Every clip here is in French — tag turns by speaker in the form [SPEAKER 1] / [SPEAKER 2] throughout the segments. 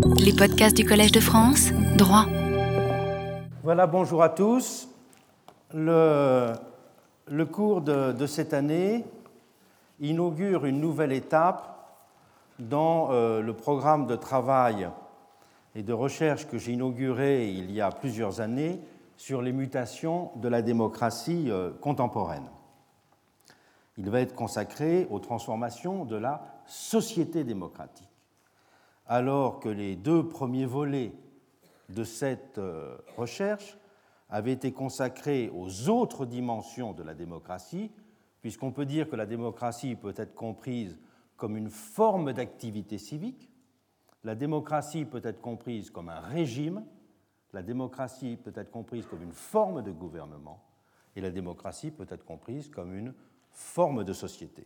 [SPEAKER 1] Les podcasts du Collège de France, droit.
[SPEAKER 2] Voilà, bonjour à tous. Le cours de cette année inaugure une nouvelle étape dans le programme de travail et de recherche que j'ai inauguré il y a plusieurs années sur les mutations de la démocratie contemporaine. Il va être consacré aux transformations de la société démocratique, alors que les deux premiers volets de cette recherche avaient été consacrés aux autres dimensions de la démocratie, puisqu'on peut dire que la démocratie peut être comprise comme une forme d'activité civique, la démocratie peut être comprise comme un régime, la démocratie peut être comprise comme une forme de gouvernement, et la démocratie peut être comprise comme une forme de société.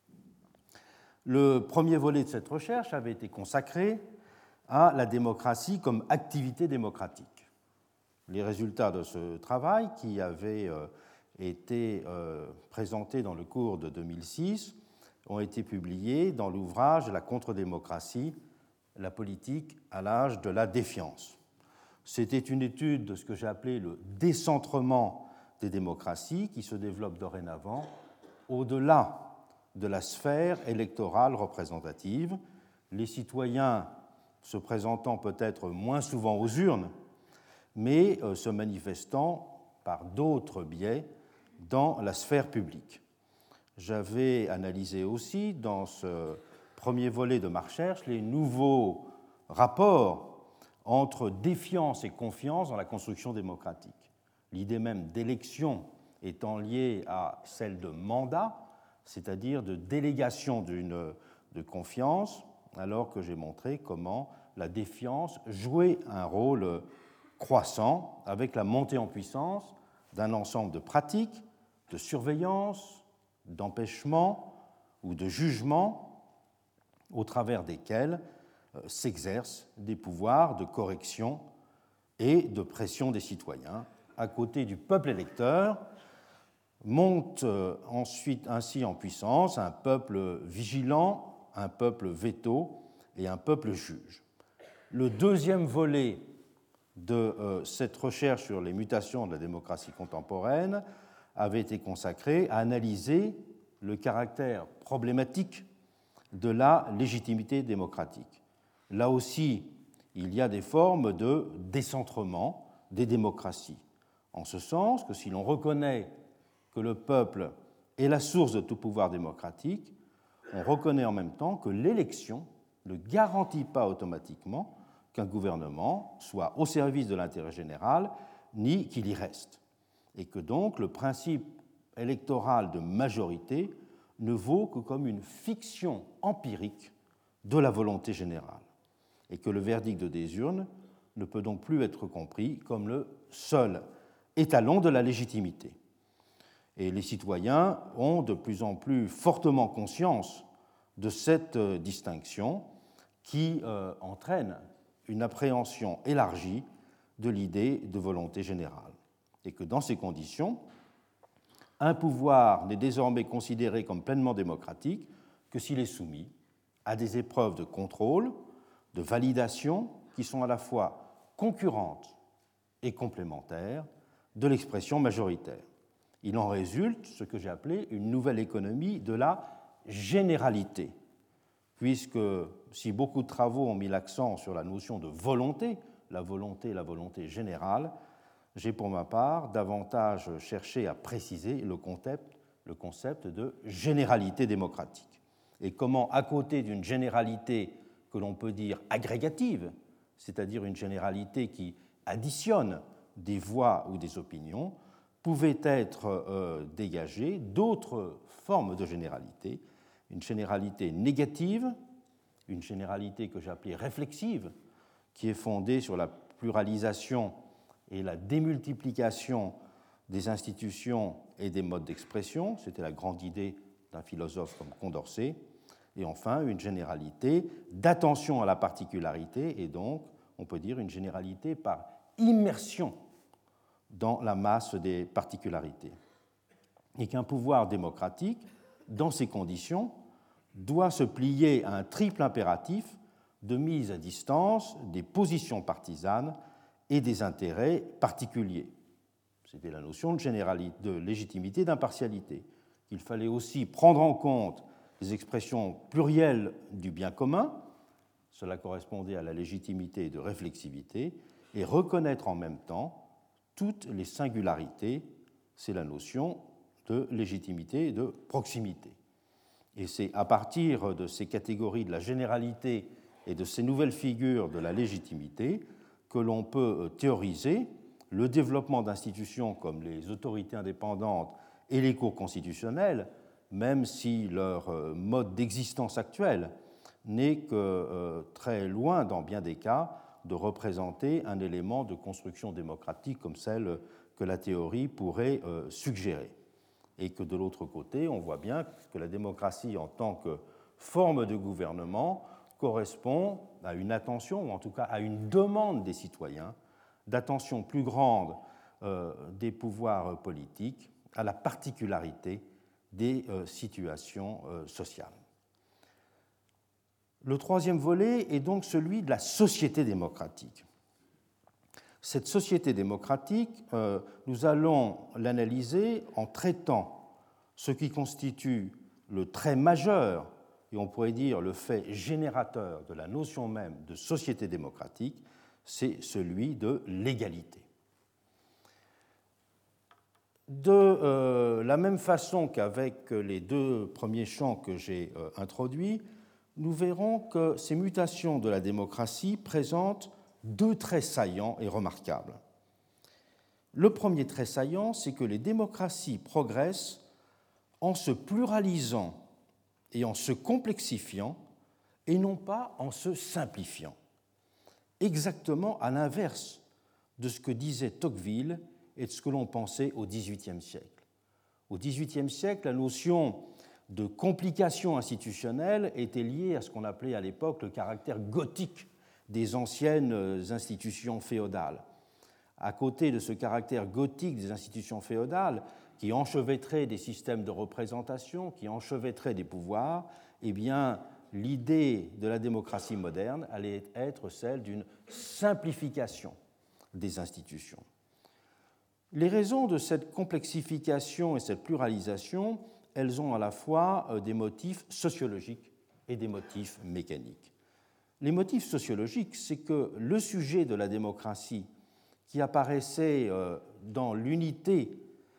[SPEAKER 2] Le premier volet de cette recherche avait été consacré à la démocratie comme activité démocratique. Les résultats de ce travail, qui avait été présenté dans le cours de 2006, ont été publiés dans l'ouvrage « La contre-démocratie, la politique à l'âge de la défiance ». C'était une étude de ce que j'ai appelé le décentrement des démocraties qui se développe dorénavant au-delà de la sphère électorale représentative, les citoyens se présentant peut-être moins souvent aux urnes, mais se manifestant par d'autres biais dans la sphère publique. J'avais analysé aussi dans ce premier volet de ma recherche les nouveaux rapports entre défiance et confiance dans la construction démocratique. L'idée même d'élection étant liée à celle de mandat, c'est-à-dire de délégation de confiance, alors que j'ai montré comment la défiance jouait un rôle croissant avec la montée en puissance d'un ensemble de pratiques, de surveillance, d'empêchement ou de jugement au travers desquels s'exercent des pouvoirs de correction et de pression des citoyens, à côté du peuple électeur. Monte ensuite ainsi en puissance un peuple vigilant, un peuple veto et un peuple juge. Le deuxième volet de cette recherche sur les mutations de la démocratie contemporaine avait été consacré à analyser le caractère problématique de la légitimité démocratique. Là aussi, il y a des formes de décentrement des démocraties, en ce sens que si l'on reconnaît que le peuple est la source de tout pouvoir démocratique, on reconnaît en même temps que l'élection ne garantit pas automatiquement qu'un gouvernement soit au service de l'intérêt général, ni qu'il y reste, et que donc le principe électoral de majorité ne vaut que comme une fiction empirique de la volonté générale, et que le verdict des urnes ne peut donc plus être compris comme le seul étalon de la légitimité. Et les citoyens ont de plus en plus fortement conscience de cette distinction qui entraîne une appréhension élargie de l'idée de volonté générale. Et que dans ces conditions, un pouvoir n'est désormais considéré comme pleinement démocratique que s'il est soumis à des épreuves de contrôle, de validation qui sont à la fois concurrentes et complémentaires de l'expression majoritaire. Il en résulte ce que j'ai appelé une nouvelle économie de la généralité, puisque si beaucoup de travaux ont mis l'accent sur la notion de volonté, la volonté générale, j'ai pour ma part davantage cherché à préciser le concept de généralité démocratique. Et comment, à côté d'une généralité que l'on peut dire agrégative, c'est-à-dire une généralité qui additionne des voix ou des opinions, pouvaient être dégagées d'autres formes de généralité, une généralité négative, une généralité que j'appelais réflexive, qui est fondée sur la pluralisation et la démultiplication des institutions et des modes d'expression, c'était la grande idée d'un philosophe comme Condorcet, et enfin une généralité d'attention à la particularité, et donc on peut dire une généralité par immersion dans la masse des particularités. Et qu'un pouvoir démocratique, dans ces conditions, doit se plier à un triple impératif de mise à distance des positions partisanes et des intérêts particuliers. C'était la notion de légitimité, d'impartialité. Il fallait aussi prendre en compte les expressions plurielles du bien commun, cela correspondait à la légitimité de réflexivité, et reconnaître en même temps toutes les singularités, c'est la notion de légitimité et de proximité. Et c'est à partir de ces catégories de la généralité et de ces nouvelles figures de la légitimité que l'on peut théoriser le développement d'institutions comme les autorités indépendantes et les cours constitutionnelles, même si leur mode d'existence actuel n'est que très loin, dans bien des cas, de représenter un élément de construction démocratique comme celle que la théorie pourrait suggérer. Et que de l'autre côté, on voit bien que la démocratie en tant que forme de gouvernement correspond à une attention, ou en tout cas à une demande des citoyens, d'attention plus grande des pouvoirs politiques à la particularité des situations sociales. Le troisième volet est donc celui de la société démocratique. Cette société démocratique, nous allons l'analyser en traitant ce qui constitue le trait majeur, et on pourrait dire le fait générateur de la notion même de société démocratique, c'est celui de l'égalité. De la même façon qu'avec les deux premiers champs que j'ai introduits, nous verrons que ces mutations de la démocratie présentent deux traits saillants et remarquables. Le premier trait saillant, c'est que les démocraties progressent en se pluralisant et en se complexifiant, et non pas en se simplifiant, exactement à l'inverse de ce que disait Tocqueville et de ce que l'on pensait au XVIIIe siècle. Au XVIIIe siècle, la notion de complication institutionnelle était liée à ce qu'on appelait à l'époque le caractère gothique des anciennes institutions féodales. À côté de ce caractère gothique des institutions féodales, qui enchevêtraient des systèmes de représentation, qui enchevêtraient des pouvoirs, eh bien, l'idée de la démocratie moderne allait être celle d'une simplification des institutions. Les raisons de cette complexification et cette pluralisation, elles ont à la fois des motifs sociologiques et des motifs mécaniques. Les motifs sociologiques, c'est que le sujet de la démocratie qui apparaissait dans l'unité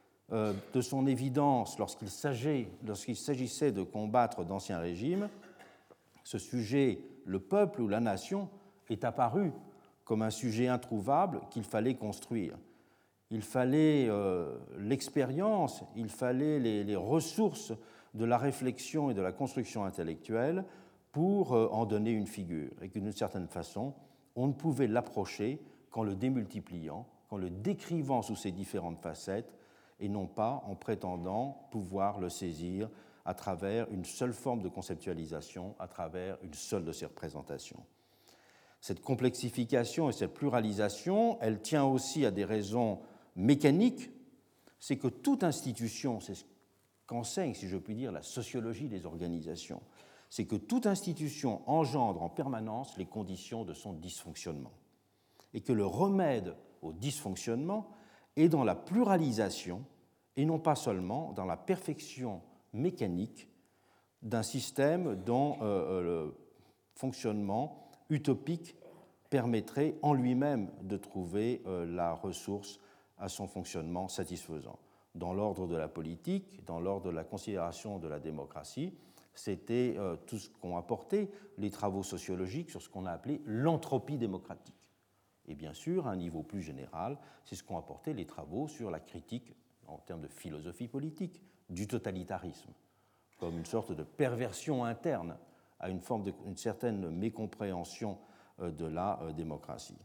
[SPEAKER 2] de son évidence lorsqu'il s'agissait de combattre d'anciens régimes, ce sujet, le peuple ou la nation, est apparu comme un sujet introuvable qu'il fallait construire. Il fallait l'expérience, il fallait les ressources de la réflexion et de la construction intellectuelle pour en donner une figure, et que d'une certaine façon, on ne pouvait l'approcher qu'en le démultipliant, qu'en le décrivant sous ses différentes facettes, et non pas en prétendant pouvoir le saisir à travers une seule forme de conceptualisation, à travers une seule de ses représentations. Cette complexification et cette pluralisation, elle tient aussi à des raisons mécaniques, c'est que toute institution, c'est ce qu'enseigne, si je puis dire, la sociologie des organisations, c'est que toute institution engendre en permanence les conditions de son dysfonctionnement, et que le remède au dysfonctionnement est dans la pluralisation et non pas seulement dans la perfection mécanique d'un système dont le fonctionnement utopique permettrait en lui-même de trouver la ressource à son fonctionnement satisfaisant. Dans l'ordre de la politique, dans l'ordre de la considération de la démocratie, c'était tout ce qu'ont apporté les travaux sociologiques sur ce qu'on a appelé l'entropie démocratique. Et bien sûr, à un niveau plus général, c'est ce qu'ont apporté les travaux sur la critique, en termes de philosophie politique, du totalitarisme, comme une sorte de perversion interne à une certaine mécompréhension de la démocratie.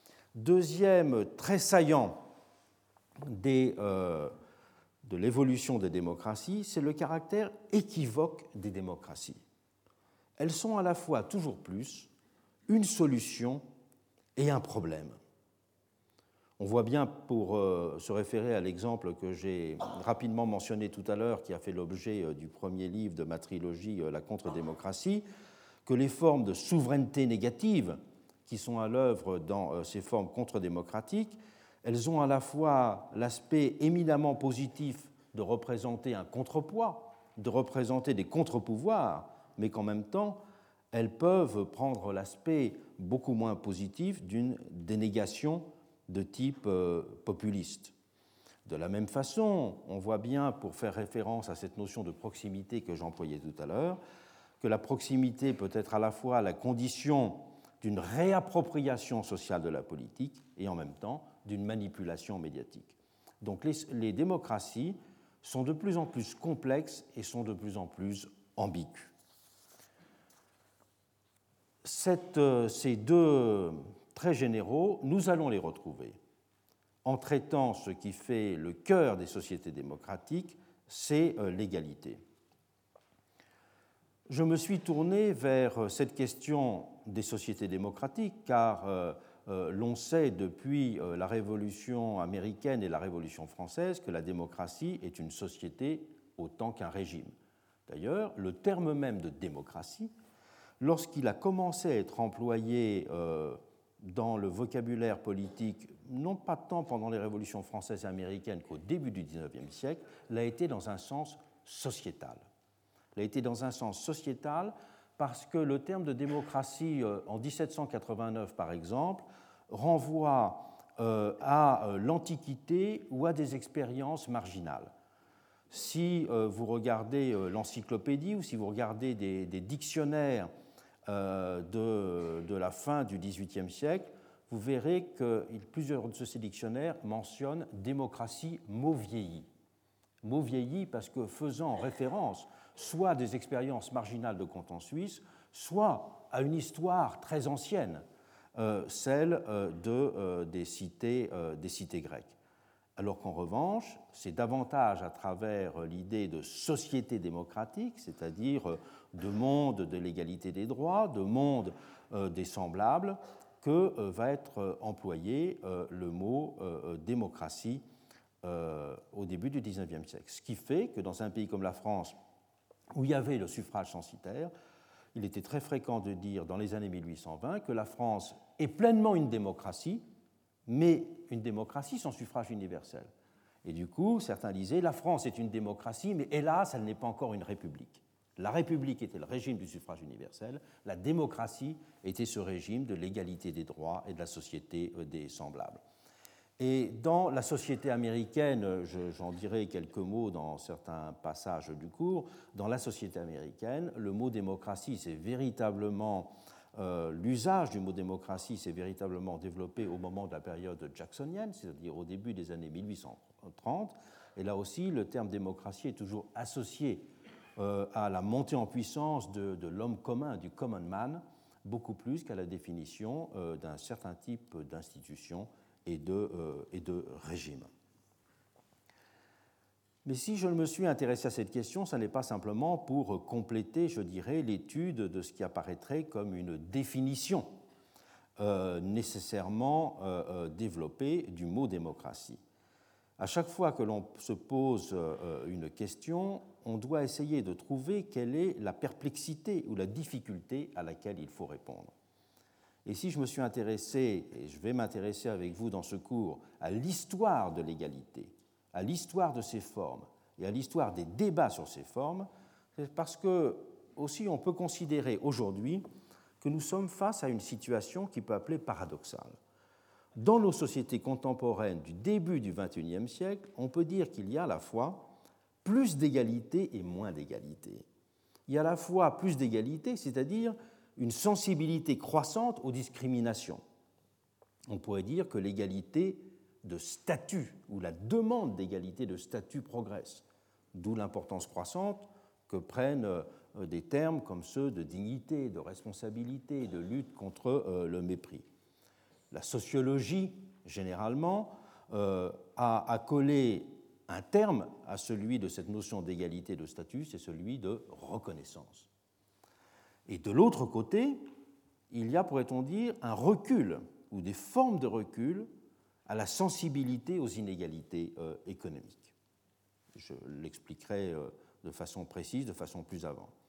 [SPEAKER 2] Deuxième très saillant de l'évolution des démocraties, c'est le caractère équivoque des démocraties. Elles sont à la fois toujours plus une solution et un problème. On voit bien, pour se référer à l'exemple que j'ai rapidement mentionné tout à l'heure, qui a fait l'objet du premier livre de ma trilogie, La contre-démocratie, que les formes de souveraineté négative qui sont à l'œuvre dans ces formes contre-démocratiques, elles ont à la fois l'aspect éminemment positif de représenter un contrepoids, de représenter des contre-pouvoirs, mais qu'en même temps, elles peuvent prendre l'aspect beaucoup moins positif d'une dénégation de type populiste. De la même façon, on voit bien, pour faire référence à cette notion de proximité que j'employais tout à l'heure, que la proximité peut être à la fois la condition d'une réappropriation sociale de la politique et en même temps d'une manipulation médiatique. Donc les démocraties sont de plus en plus complexes et sont de plus en plus ambiguës. Ces deux traits généraux, nous allons les retrouver en traitant ce qui fait le cœur des sociétés démocratiques, c'est l'égalité. Je me suis tourné vers cette question des sociétés démocratiques car l'on sait depuis la Révolution américaine et la Révolution française que la démocratie est une société autant qu'un régime. D'ailleurs, le terme même de démocratie, lorsqu'il a commencé à être employé dans le vocabulaire politique, non pas tant pendant les révolutions françaises et américaines qu'au début du XIXe siècle, l'a été dans un sens sociétal. Il a été dans un sens sociétal parce que le terme de démocratie en 1789, par exemple, renvoie à l'Antiquité ou à des expériences marginales. Si vous regardez l'encyclopédie ou si vous regardez des dictionnaires de la fin du XVIIIe siècle, vous verrez que plusieurs de ces dictionnaires mentionnent démocratie mot vieilli. Mot vieilli parce que faisant référence soit à des expériences marginales de canton suisse, soit à une histoire très ancienne, celle des cités grecques. Alors qu'en revanche, c'est davantage à travers l'idée de société démocratique, c'est-à-dire de monde de l'égalité des droits, de monde des semblables, que va être employé le mot démocratie au début du XIXe siècle. Ce qui fait que dans un pays comme la France, où il y avait le suffrage censitaire, il était très fréquent de dire dans les années 1820 que la France est pleinement une démocratie, mais une démocratie sans suffrage universel. Et du coup, certains disaient la France est une démocratie, mais hélas, elle n'est pas encore une république. La république était le régime du suffrage universel, la démocratie était ce régime de l'égalité des droits et de la société des semblables. Et dans la société américaine, j'en dirai quelques mots dans certains passages du cours, dans la société américaine, le mot démocratie, c'est véritablement, l'usage du mot démocratie s'est véritablement développé au moment de la période jacksonienne, c'est-à-dire au début des années 1830. Et là aussi, le terme démocratie est toujours associé à la montée en puissance de l'homme commun, du common man, beaucoup plus qu'à la définition d'un certain type d'institution et de régime. Mais si je me suis intéressé à cette question, ce n'est pas simplement pour compléter, je dirais, l'étude de ce qui apparaîtrait comme une définition nécessairement développée du mot démocratie. À chaque fois que l'on se pose une question, on doit essayer de trouver quelle est la perplexité ou la difficulté à laquelle il faut répondre. Et si je me suis intéressé, et je vais m'intéresser avec vous dans ce cours, à l'histoire de l'égalité, à l'histoire de ses formes et à l'histoire des débats sur ces formes, c'est parce que aussi on peut considérer aujourd'hui que nous sommes face à une situation qui peut appeler paradoxale. Dans nos sociétés contemporaines du début du XXIe siècle, on peut dire qu'il y a à la fois plus d'égalité et moins d'égalité. Il y a à la fois plus d'égalité, c'est-à-dire une sensibilité croissante aux discriminations. On pourrait dire que l'égalité de statut ou la demande d'égalité de statut progresse, d'où l'importance croissante que prennent des termes comme ceux de dignité, de responsabilité, de lutte contre le mépris. La sociologie, généralement, a accolé un terme à celui de cette notion d'égalité de statut, c'est celui de reconnaissance. Et de l'autre côté, il y a, pourrait-on dire, un recul ou des formes de recul à la sensibilité aux inégalités économiques. Je l'expliquerai de façon précise, de façon plus avant.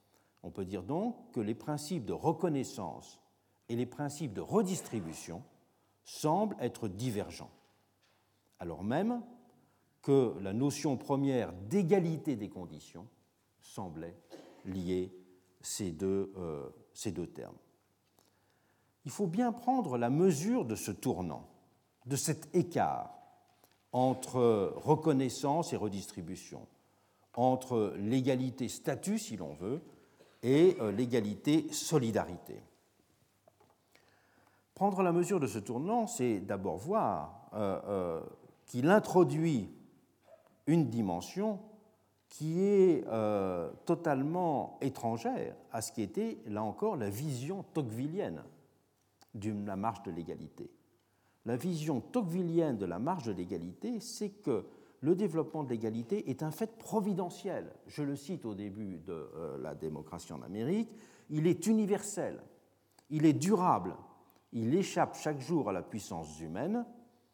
[SPEAKER 2] On peut dire donc que les principes de reconnaissance et les principes de redistribution semblent être divergents, alors même que la notion première d'égalité des conditions semblait lier ces deux termes. Il faut bien prendre la mesure de ce tournant, de cet écart entre reconnaissance et redistribution, entre l'égalité statut, si l'on veut, et l'égalité solidarité. Prendre la mesure de ce tournant, c'est d'abord voir qu'il introduit une dimension qui est totalement étrangère à ce qui était, là encore, la vision tocquevillienne de la marche de l'égalité. La vision tocquevillienne de la marche de l'égalité, c'est que le développement de l'égalité est un fait providentiel. Je le cite au début de la démocratie en Amérique, il est universel, il est durable, il échappe chaque jour à la puissance humaine,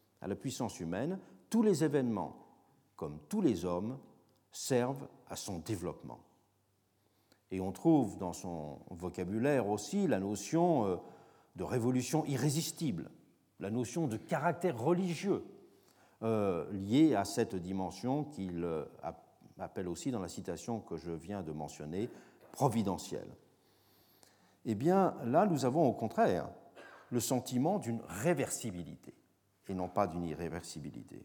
[SPEAKER 2] tous les événements, comme tous les hommes, servent à son développement. Et on trouve dans son vocabulaire aussi la notion de révolution irrésistible, la notion de caractère religieux liée à cette dimension qu'il appelle aussi dans la citation que je viens de mentionner, providentielle. Eh bien, là, nous avons au contraire le sentiment d'une réversibilité et non pas d'une irréversibilité.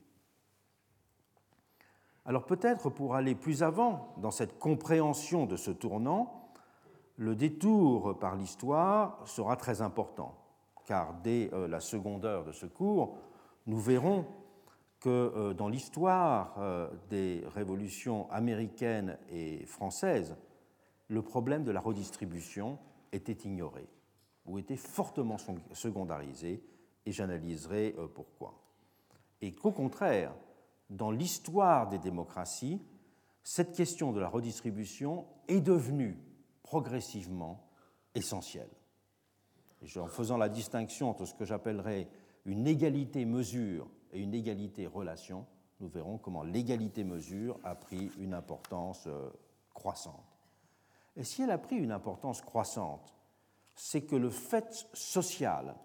[SPEAKER 2] Alors peut-être pour aller plus avant dans cette compréhension de ce tournant, le détour par l'histoire sera très important, car dès la seconde heure de ce cours, nous verrons que dans l'histoire des révolutions américaines et françaises, le problème de la redistribution était ignoré ou était fortement secondarisé, et j'analyserai pourquoi. Et qu'au contraire, dans l'histoire des démocraties, cette question de la redistribution est devenue progressivement essentielle. Et en faisant la distinction entre ce que j'appellerais une égalité-mesure et une égalité-relation, nous verrons comment l'égalité-mesure a pris une importance croissante. Et si elle a pris une importance croissante, c'est que le fait social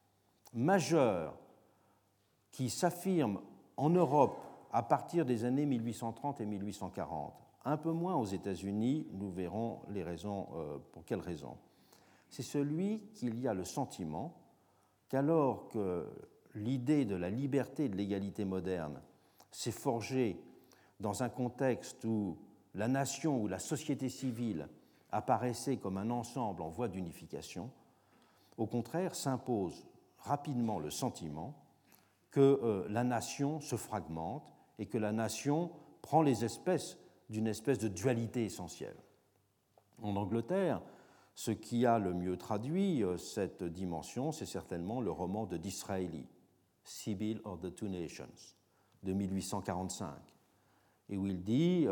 [SPEAKER 2] majeur qui s'affirme en Europe à partir des années 1830 et 1840, un peu moins aux États-Unis, nous verrons les raisons, pour quelles raisons. C'est celui qu'il y a le sentiment qu'alors que l'idée de la liberté et de l'égalité moderne s'est forgée dans un contexte où la nation ou la société civile apparaissait comme un ensemble en voie d'unification, au contraire s'impose rapidement le sentiment que la nation se fragmente et que la nation prend les espèces d'une espèce de dualité essentielle. En Angleterre, ce qui a le mieux traduit cette dimension, c'est certainement le roman de Disraeli, Sibyl of the Two Nations, de 1845, et où il dit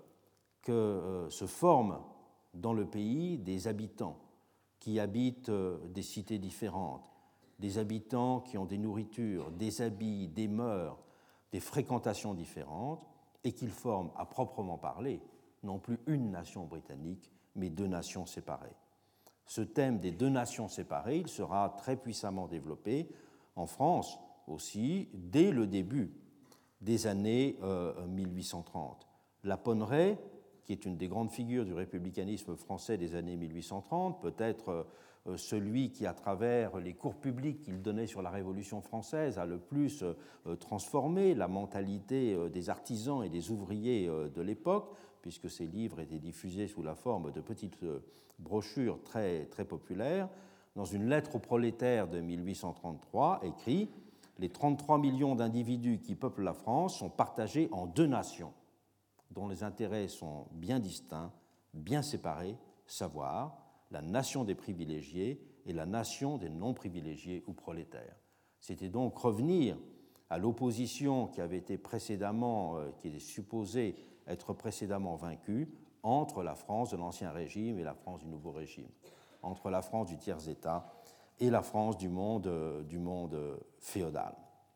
[SPEAKER 2] que se forment dans le pays des habitants qui habitent des cités différentes, des habitants qui ont des nourritures, des habits, des mœurs, des fréquentations différentes, et qu'ils forment, à proprement parler, non plus une nation britannique, mais deux nations séparées. Ce thème des deux nations séparées, il sera très puissamment développé en France aussi, dès le début des années 1830. La Ponneray, qui est une des grandes figures du républicanisme français des années 1830, peut-être celui qui, à travers les cours publics qu'il donnait sur la Révolution française, a le plus transformé la mentalité des artisans et des ouvriers de l'époque, puisque ses livres étaient diffusés sous la forme de petites brochures très, très populaires. Dans une lettre aux prolétaires de 1833, écrit « Les 33 millions d'individus qui peuplent la France sont partagés en deux nations, dont les intérêts sont bien distincts, bien séparés, savoir la nation des privilégiés et la nation des non-privilégiés ou prolétaires. » C'était donc revenir à l'opposition qui avait été précédemment, qui était supposée être précédemment vaincue entre la France de l'Ancien Régime et la France du Nouveau Régime, entre la France du tiers-État et la France du monde féodal.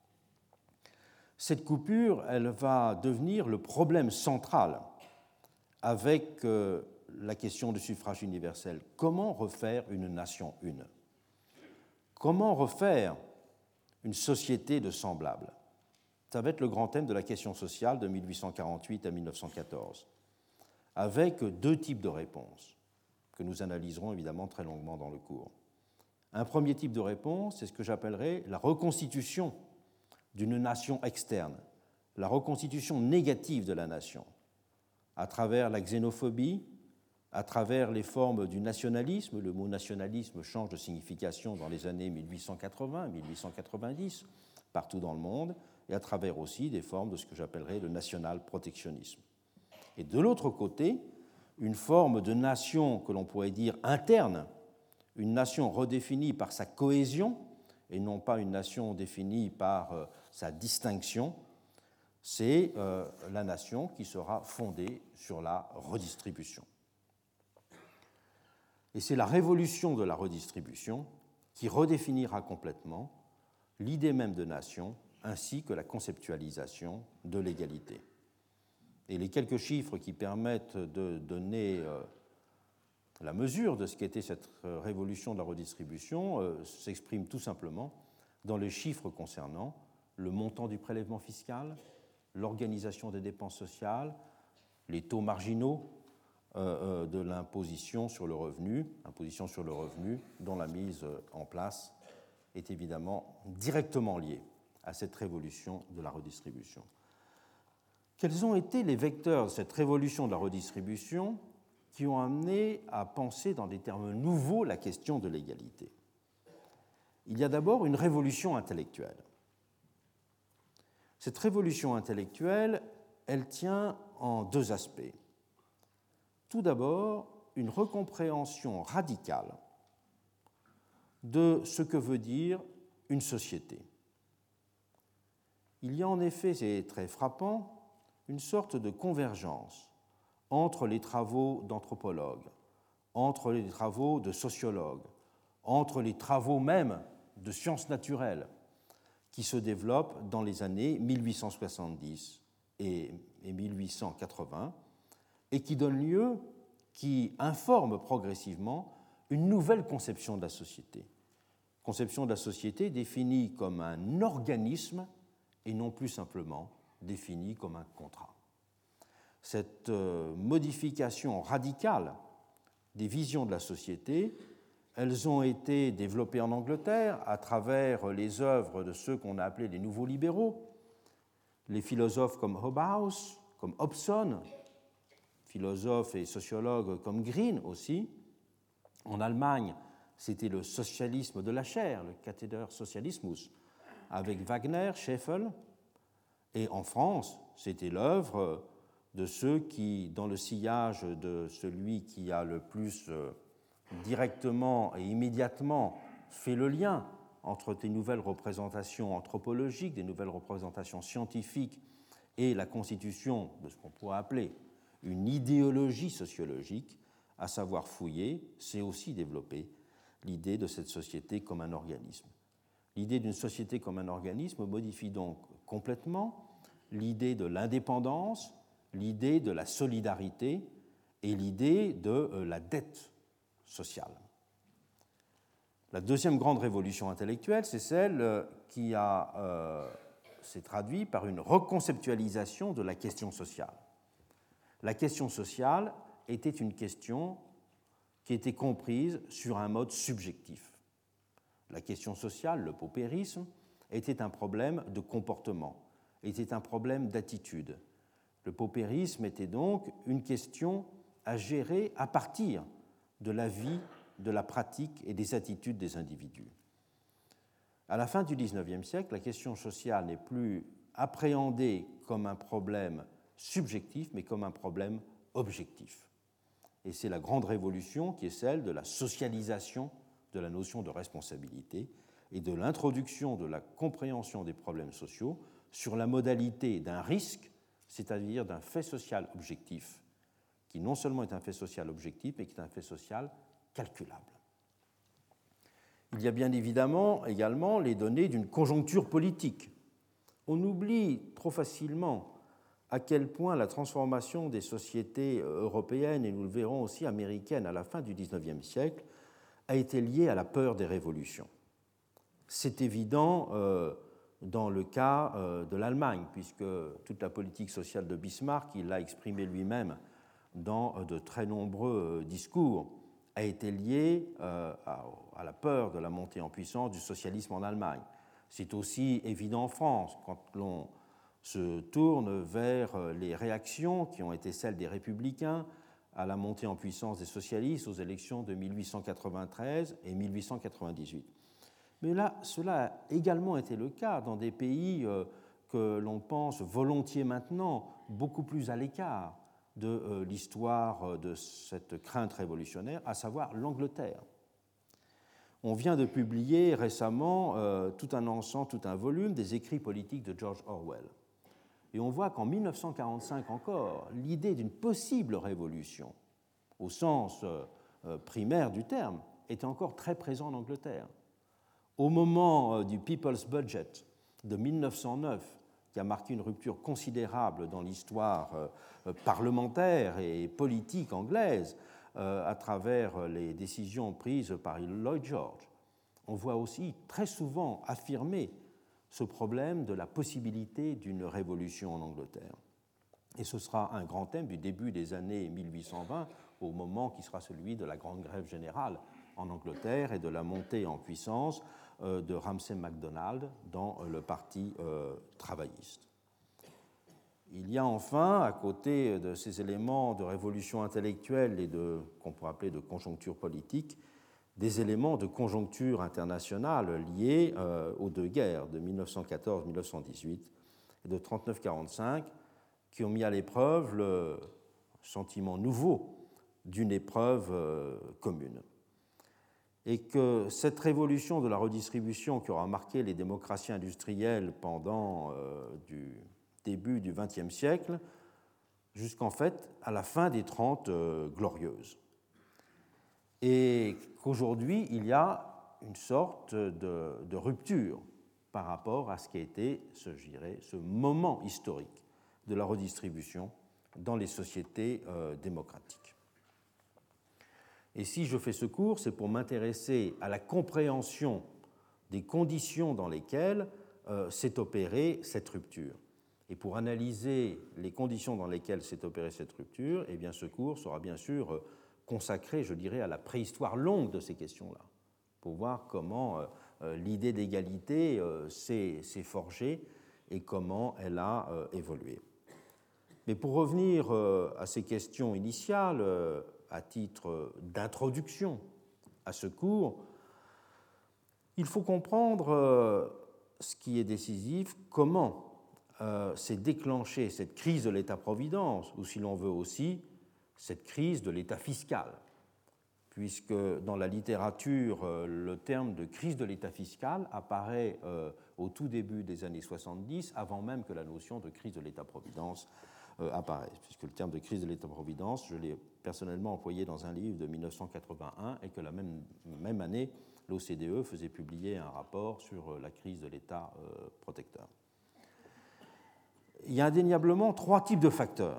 [SPEAKER 2] Cette coupure, elle va devenir le problème central avec la question du suffrage universel. Comment refaire une nation une? Comment refaire une société de semblables? Ça va être le grand thème de la question sociale de 1848 à 1914, avec deux types de réponses que nous analyserons évidemment très longuement dans le cours. Un premier type de réponse, c'est ce que j'appellerais la reconstitution d'une nation externe, la reconstitution négative de la nation, à travers la xénophobie, à travers les formes du nationalisme. Le mot nationalisme change de signification dans les années 1880-1890, partout dans le monde, et à travers aussi des formes de ce que j'appellerais le national-protectionnisme. Et de l'autre côté, une forme de nation que l'on pourrait dire interne, une nation redéfinie par sa cohésion, et non pas une nation définie par sa distinction, c'est la nation qui sera fondée sur la redistribution. Et c'est la révolution de la redistribution qui redéfinira complètement l'idée même de nation ainsi que la conceptualisation de l'égalité. Et les quelques chiffres qui permettent de donner la mesure de ce qu'était cette révolution de la redistribution s'expriment tout simplement dans les chiffres concernant le montant du prélèvement fiscal, l'organisation des dépenses sociales, les taux marginaux de l'imposition sur le revenu, dont la mise en place est évidemment directement liée à cette révolution de la redistribution. Quels ont été les vecteurs de cette révolution de la redistribution qui ont amené à penser dans des termes nouveaux la question de l'égalité? Il y a d'abord une révolution intellectuelle. Cette révolution intellectuelle, elle tient en deux aspects. Tout d'abord, une recompréhension radicale de ce que veut dire une société. Il y a en effet, c'est très frappant, une sorte de convergence entre les travaux d'anthropologues, entre les travaux de sociologues, entre les travaux même de sciences naturelles qui se développent dans les années 1870 et 1880 et qui donnent lieu, qui informent progressivement une nouvelle conception de la société. Conception de la société définie comme un organisme et non plus simplement définie comme un contrat. Cette modification radicale des visions de la société, elles ont été développées en Angleterre à travers les œuvres de ceux qu'on a appelés les nouveaux libéraux, les philosophes comme Hobhouse, comme Hobson, philosophes et sociologues comme Green aussi. En Allemagne, c'était le socialisme de la chair, le Kathedersozialismus, avec Wagner, Scheffel. Et en France, c'était l'œuvre de ceux qui, dans le sillage de celui qui a le plus directement et immédiatement fait le lien entre des nouvelles représentations anthropologiques, des nouvelles représentations scientifiques et la constitution de ce qu'on pourrait appeler une idéologie sociologique, à savoir Fouillé, c'est aussi développer l'idée de cette société comme un organisme. L'idée d'une société comme un organisme modifie donc complètement l'idée de l'indépendance, l'idée de la solidarité et l'idée de la dette sociale. La deuxième grande révolution intellectuelle, c'est celle qui s'est traduite par une reconceptualisation de la question sociale. La question sociale était une question qui était comprise sur un mode subjectif. La question sociale, le paupérisme, était un problème de comportement, était un problème d'attitude. Le paupérisme était donc une question à gérer à partir de la vie, de la pratique et des attitudes des individus. À la fin du XIXe siècle, la question sociale n'est plus appréhendée comme un problème subjectif, mais comme un problème objectif. Et c'est la grande révolution qui est celle de la socialisation de la notion de responsabilité et de l'introduction de la compréhension des problèmes sociaux sur la modalité d'un risque, c'est-à-dire d'un fait social objectif, qui non seulement est un fait social objectif, mais qui est un fait social calculable. Il y a bien évidemment également les données d'une conjoncture politique. On oublie trop facilement à quel point la transformation des sociétés européennes, et nous le verrons aussi américaines à la fin du XIXe siècle, a été liée à la peur des révolutions. C'est évident dans le cas de l'Allemagne, puisque toute la politique sociale de Bismarck, il l'a exprimé lui-même dans de très nombreux discours, a été liée à la peur de la montée en puissance du socialisme en Allemagne. C'est aussi évident en France, quand l'on se tourne vers les réactions qui ont été celles des républicains à la montée en puissance des socialistes aux élections de 1893 et 1898. Mais là, cela a également été le cas dans des pays que l'on pense volontiers maintenant beaucoup plus à l'écart de l'histoire de cette crainte révolutionnaire, à savoir l'Angleterre. On vient de publier récemment tout un ensemble, tout un volume des écrits politiques de George Orwell. Et on voit qu'en 1945 encore, l'idée d'une possible révolution, au sens primaire du terme, était encore très présente en Angleterre. Au moment du People's Budget de 1909, qui a marqué une rupture considérable dans l'histoire parlementaire et politique anglaise à travers les décisions prises par Lloyd George, on voit aussi très souvent affirmer ce problème de la possibilité d'une révolution en Angleterre. Et ce sera un grand thème du début des années 1820, au moment qui sera celui de la Grande Grève générale en Angleterre et de la montée en puissance de Ramsay MacDonald dans le Parti travailliste. Il y a enfin, à côté de ces éléments de révolution intellectuelle et qu'on pourrait appeler de conjoncture politique, des éléments de conjoncture internationale liés aux deux guerres de 1914-1918 et de 1939-1945 qui ont mis à l'épreuve le sentiment nouveau d'une épreuve commune. Et que cette révolution de la redistribution qui aura marqué les démocraties industrielles pendant du début du XXe siècle jusqu'en fait à la fin des 30 glorieuses. Et qu'aujourd'hui, il y a une sorte de rupture par rapport à ce qui a été, je dirais, ce moment historique de la redistribution dans les sociétés démocratiques. Et si je fais ce cours, c'est pour m'intéresser à la compréhension des conditions dans lesquelles s'est opérée cette rupture. Et pour analyser les conditions dans lesquelles s'est opérée cette rupture, eh bien, ce cours sera bien sûr consacré, je dirais, à la préhistoire longue de ces questions-là, pour voir comment l'idée d'égalité s'est forgée et comment elle a évolué. Mais pour revenir à ces questions initiales, à titre d'introduction à ce cours, il faut comprendre ce qui est décisif, comment s'est déclenchée cette crise de l'État-providence, ou si l'on veut aussi, cette crise de l'État fiscal, puisque dans la littérature, le terme de crise de l'État fiscal apparaît au tout début des années 70, avant même que la notion de crise de l'État-providence apparaisse, puisque le terme de crise de l'État-providence, je l'ai personnellement employé dans un livre de 1981 et que la même année, l'OCDE faisait publier un rapport sur la crise de l'État protecteur. Il y a indéniablement trois types de facteurs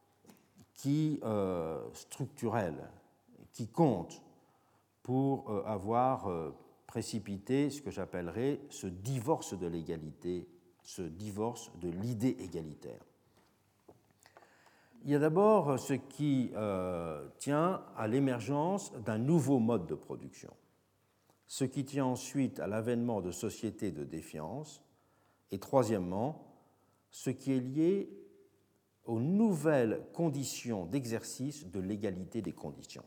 [SPEAKER 2] structurels qui comptent pour avoir précipité ce que j'appellerais ce divorce de l'égalité, ce divorce de l'idée égalitaire. Il y a d'abord ce qui tient à l'émergence d'un nouveau mode de production, ce qui tient ensuite à l'avènement de sociétés de défiance, et troisièmement, ce qui est lié aux nouvelles conditions d'exercice de l'égalité des conditions.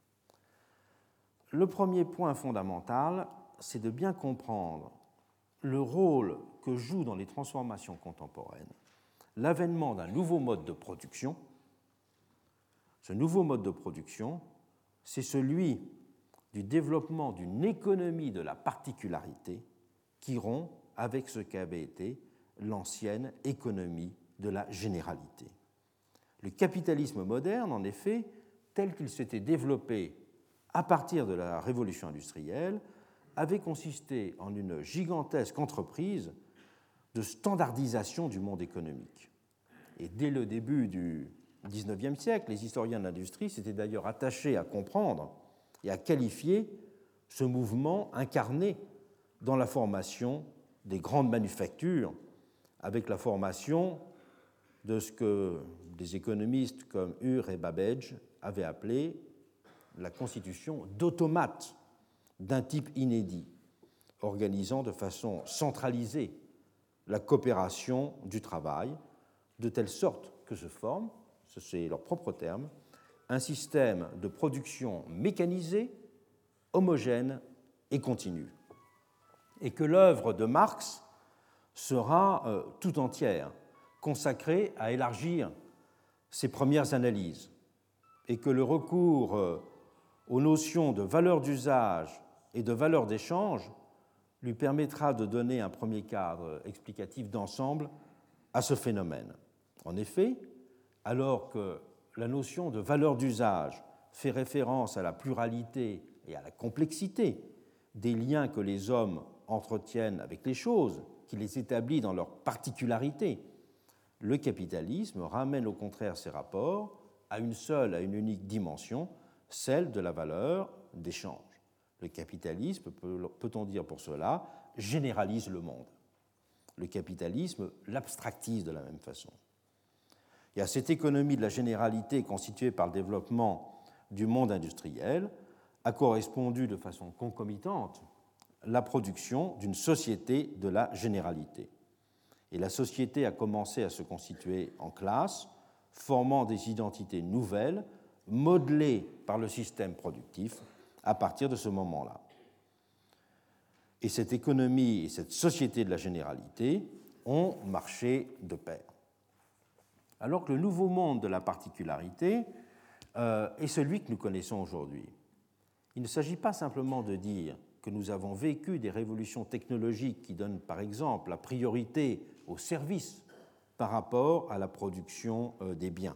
[SPEAKER 2] Le premier point fondamental, c'est de bien comprendre le rôle que joue dans les transformations contemporaines l'avènement d'un nouveau mode de production. Ce nouveau mode de production, c'est celui du développement d'une économie de la particularité qui rompt avec ce qu'avait été l'ancienne économie de la généralité. Le capitalisme moderne, en effet, tel qu'il s'était développé à partir de la révolution industrielle, avait consisté en une gigantesque entreprise de standardisation du monde économique. Et dès le début du XIXe siècle, les historiens de l'industrie s'étaient d'ailleurs attachés à comprendre et à qualifier ce mouvement incarné dans la formation des grandes manufactures, avec la formation de ce que des économistes comme Ure et Babbage avaient appelé la constitution d'automates d'un type inédit, organisant de façon centralisée la coopération du travail, de telle sorte que se forme, c'est leur propre terme, un système de production mécanisé, homogène et continu. Et que l'œuvre de Marx sera tout entière consacrée à élargir ses premières analyses, et que le recours aux notions de valeur d'usage et de valeur d'échange lui permettra de donner un premier cadre explicatif d'ensemble à ce phénomène. En effet, alors que la notion de valeur d'usage fait référence à la pluralité et à la complexité des liens que les hommes entretiennent avec les choses, qui les établit dans leurs particularités, le capitalisme ramène au contraire ces rapports à une seule, à une unique dimension, celle de la valeur d'échange. Le capitalisme, peut-on dire pour cela, généralise le monde. Le capitalisme l'abstractise de la même façon. Et à cette économie de la généralité constituée par le développement du monde industriel a correspondu de façon concomitante la production d'une société de la généralité. Et la société a commencé à se constituer en classes, formant des identités nouvelles, modelées par le système productif à partir de ce moment-là. Et cette économie et cette société de la généralité ont marché de pair. Alors que le nouveau monde de la particularité est celui que nous connaissons aujourd'hui. Il ne s'agit pas simplement de dire que nous avons vécu des révolutions technologiques qui donnent par exemple la priorité aux services par rapport à la production des biens.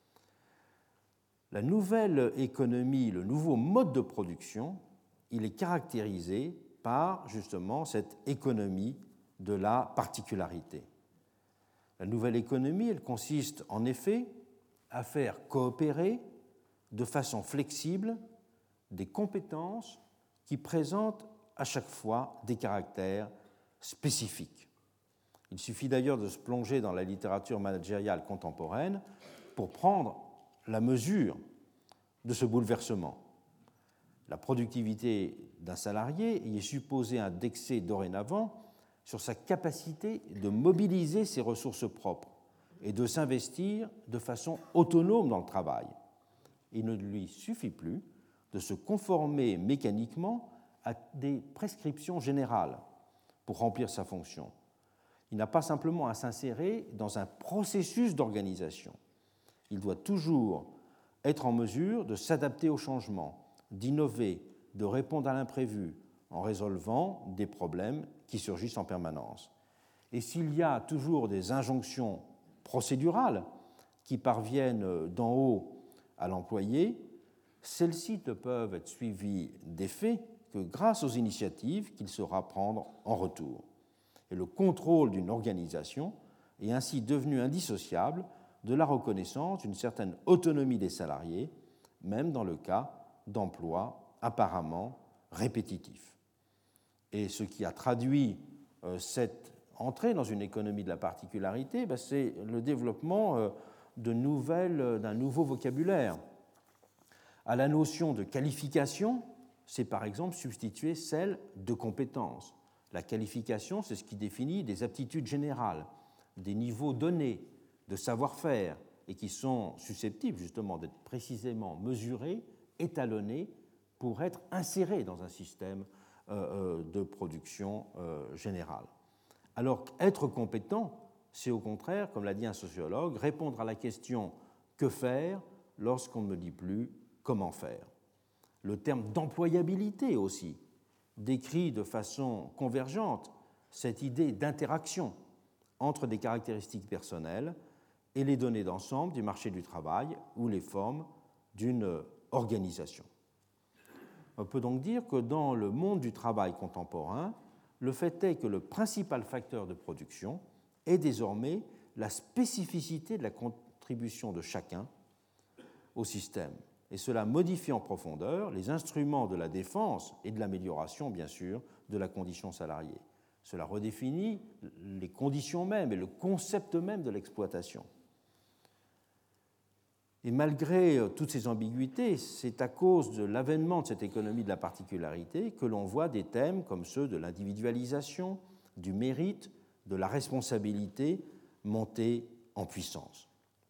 [SPEAKER 2] La nouvelle économie, le nouveau mode de production, il est caractérisé par justement cette économie de la particularité. La nouvelle économie, elle consiste en effet à faire coopérer de façon flexible des compétences qui présentent à chaque fois des caractères spécifiques. Il suffit d'ailleurs de se plonger dans la littérature managériale contemporaine pour prendre la mesure de ce bouleversement. La productivité d'un salarié y est supposée indexer dorénavant sur sa capacité de mobiliser ses ressources propres et de s'investir de façon autonome dans le travail. Il ne lui suffit plus de se conformer mécaniquement à des prescriptions générales pour remplir sa fonction. Il n'a pas simplement à s'insérer dans un processus d'organisation. Il doit toujours être en mesure de s'adapter aux changements, d'innover, de répondre à l'imprévu en résolvant des problèmes qui surgissent en permanence. Et s'il y a toujours des injonctions procédurales qui parviennent d'en haut à l'employé, celles-ci ne peuvent être suivies d'effet que grâce aux initiatives qu'il saura prendre en retour. Et le contrôle d'une organisation est ainsi devenu indissociable de la reconnaissance d'une certaine autonomie des salariés, même dans le cas d'emplois apparemment répétitifs. Et ce qui a traduit cette entrée dans une économie de la particularité, c'est le développement d'un nouveau vocabulaire. À la notion de qualification, c'est par exemple substituer celle de compétence. La qualification, c'est ce qui définit des aptitudes générales, des niveaux donnés de savoir-faire et qui sont susceptibles justement d'être précisément mesurés, étalonnés pour être insérés dans un système de production générale. Alors qu'être compétent, c'est au contraire, comme l'a dit un sociologue, répondre à la question « que faire ?» lorsqu'on ne me dit plus « comment faire ?» Le terme d'employabilité aussi décrit de façon convergente cette idée d'interaction entre des caractéristiques personnelles et les données d'ensemble du marché du travail ou les formes d'une organisation. On peut donc dire que dans le monde du travail contemporain, le fait est que le principal facteur de production est désormais la spécificité de la contribution de chacun au système. Et cela modifie en profondeur les instruments de la défense et de l'amélioration, bien sûr, de la condition salariée. Cela redéfinit les conditions mêmes et le concept même de l'exploitation. Et malgré toutes ces ambiguïtés, c'est à cause de l'avènement de cette économie de la particularité que l'on voit des thèmes comme ceux de l'individualisation, du mérite, de la responsabilité monter en puissance.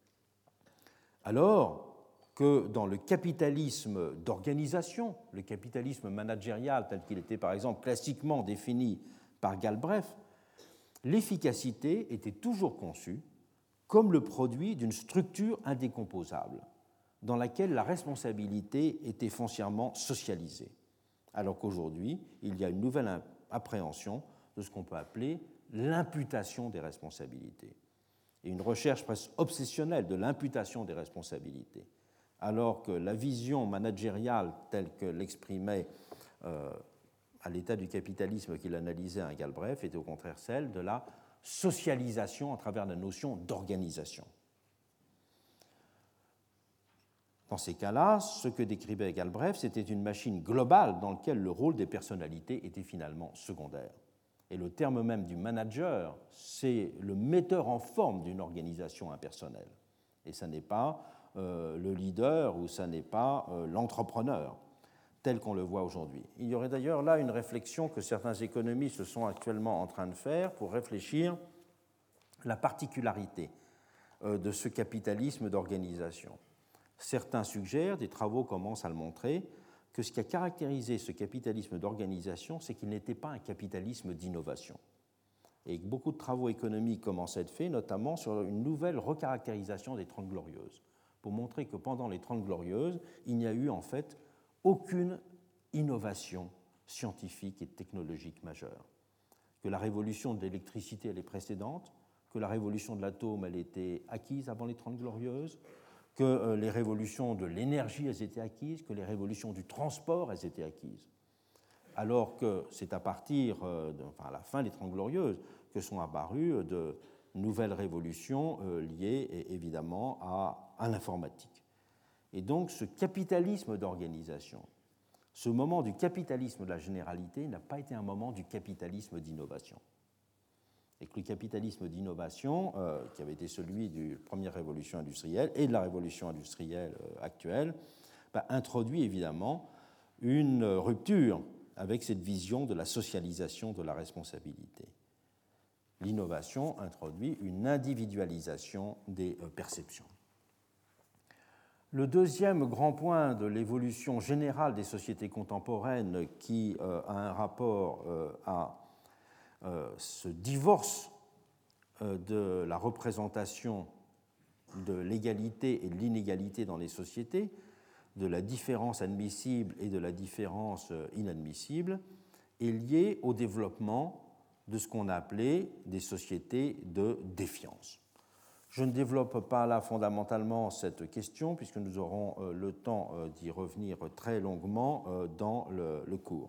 [SPEAKER 2] Alors que dans le capitalisme d'organisation, le capitalisme managérial tel qu'il était par exemple classiquement défini par Galbraith, l'efficacité était toujours conçue comme le produit d'une structure indécomposable dans laquelle la responsabilité était foncièrement socialisée, alors qu'aujourd'hui, il y a une nouvelle appréhension de ce qu'on peut appeler l'imputation des responsabilités et une recherche presque obsessionnelle de l'imputation des responsabilités, alors que la vision managériale telle que l'exprimait à l'état du capitalisme qu'il analysait à Galbraith était au contraire celle de la socialisation à travers la notion d'organisation. Dans ces cas-là, ce que décrivait Galbraith, c'était une machine globale dans laquelle le rôle des personnalités était finalement secondaire. Et le terme même du manager, c'est le metteur en forme d'une organisation impersonnelle. Et ça n'est pas le leader ou ça n'est pas l'entrepreneur, tel qu'on le voit aujourd'hui. Il y aurait d'ailleurs là une réflexion que certains économistes sont actuellement en train de faire pour réfléchir la particularité de ce capitalisme d'organisation. Certains suggèrent, des travaux commencent à le montrer, que ce qui a caractérisé ce capitalisme d'organisation, c'est qu'il n'était pas un capitalisme d'innovation. Et beaucoup de travaux économiques commencent à être faits, notamment sur une nouvelle recaractérisation des Trente Glorieuses, pour montrer que pendant les Trente Glorieuses, il n'y a eu en fait aucune innovation scientifique et technologique majeure. Que la révolution de l'électricité, elle est précédente, que la révolution de l'atome, elle était acquise avant les Trente Glorieuses, que les révolutions de l'énergie, elles étaient acquises, que les révolutions du transport, elles étaient acquises. Alors que c'est à partir, à la fin des Trente Glorieuses, que sont apparues de nouvelles révolutions liées évidemment à l'informatique. Et donc ce capitalisme d'organisation, ce moment du capitalisme de la généralité n'a pas été un moment du capitalisme d'innovation. Et que le capitalisme d'innovation, qui avait été celui de la première révolution industrielle et de la révolution industrielle actuelle, introduit évidemment une rupture avec cette vision de la socialisation de la responsabilité. L'innovation introduit une individualisation des perceptions. Le deuxième grand point de l'évolution générale des sociétés contemporaines qui a un rapport à ce divorce de la représentation de l'égalité et de l'inégalité dans les sociétés, de la différence admissible et de la différence inadmissible, est lié au développement de ce qu'on a appelé des sociétés de défiance. Je ne développe pas là fondamentalement cette question puisque nous aurons le temps d'y revenir très longuement dans le cours.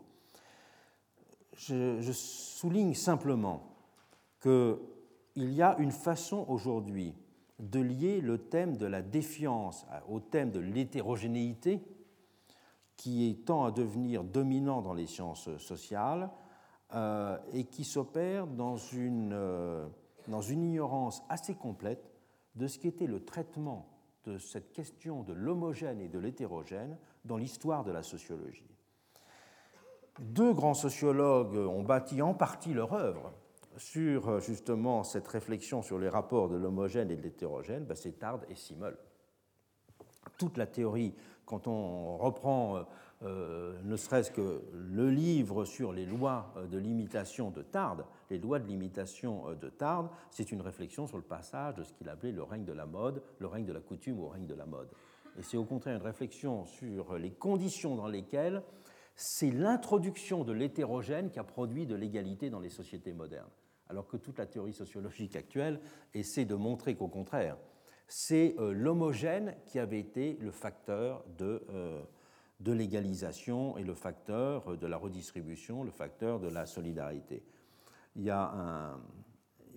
[SPEAKER 2] Je souligne simplement qu'il y a une façon aujourd'hui de lier le thème de la défiance au thème de l'hétérogénéité qui tend à devenir dominant dans les sciences sociales et qui s'opère dans une ignorance assez complète de ce qu'était le traitement de cette question de l'homogène et de l'hétérogène dans l'histoire de la sociologie. Deux grands sociologues ont bâti en partie leur œuvre sur justement cette réflexion sur les rapports de l'homogène et de l'hétérogène, c'est Tarde et Simmel. Toute la théorie, quand on reprend ne serait-ce que le livre sur les lois de l'imitation de Tarde, les lois de l'imitation de Tarde, c'est une réflexion sur le passage de ce qu'il appelait le règne de la mode, le règne de la coutume au règne de la mode. Et c'est au contraire une réflexion sur les conditions dans lesquelles c'est l'introduction de l'hétérogène qui a produit de l'égalité dans les sociétés modernes, alors que toute la théorie sociologique actuelle essaie de montrer qu'au contraire, c'est l'homogène qui avait été le facteur de l'égalisation et le facteur de la redistribution, le facteur de la solidarité. Il y a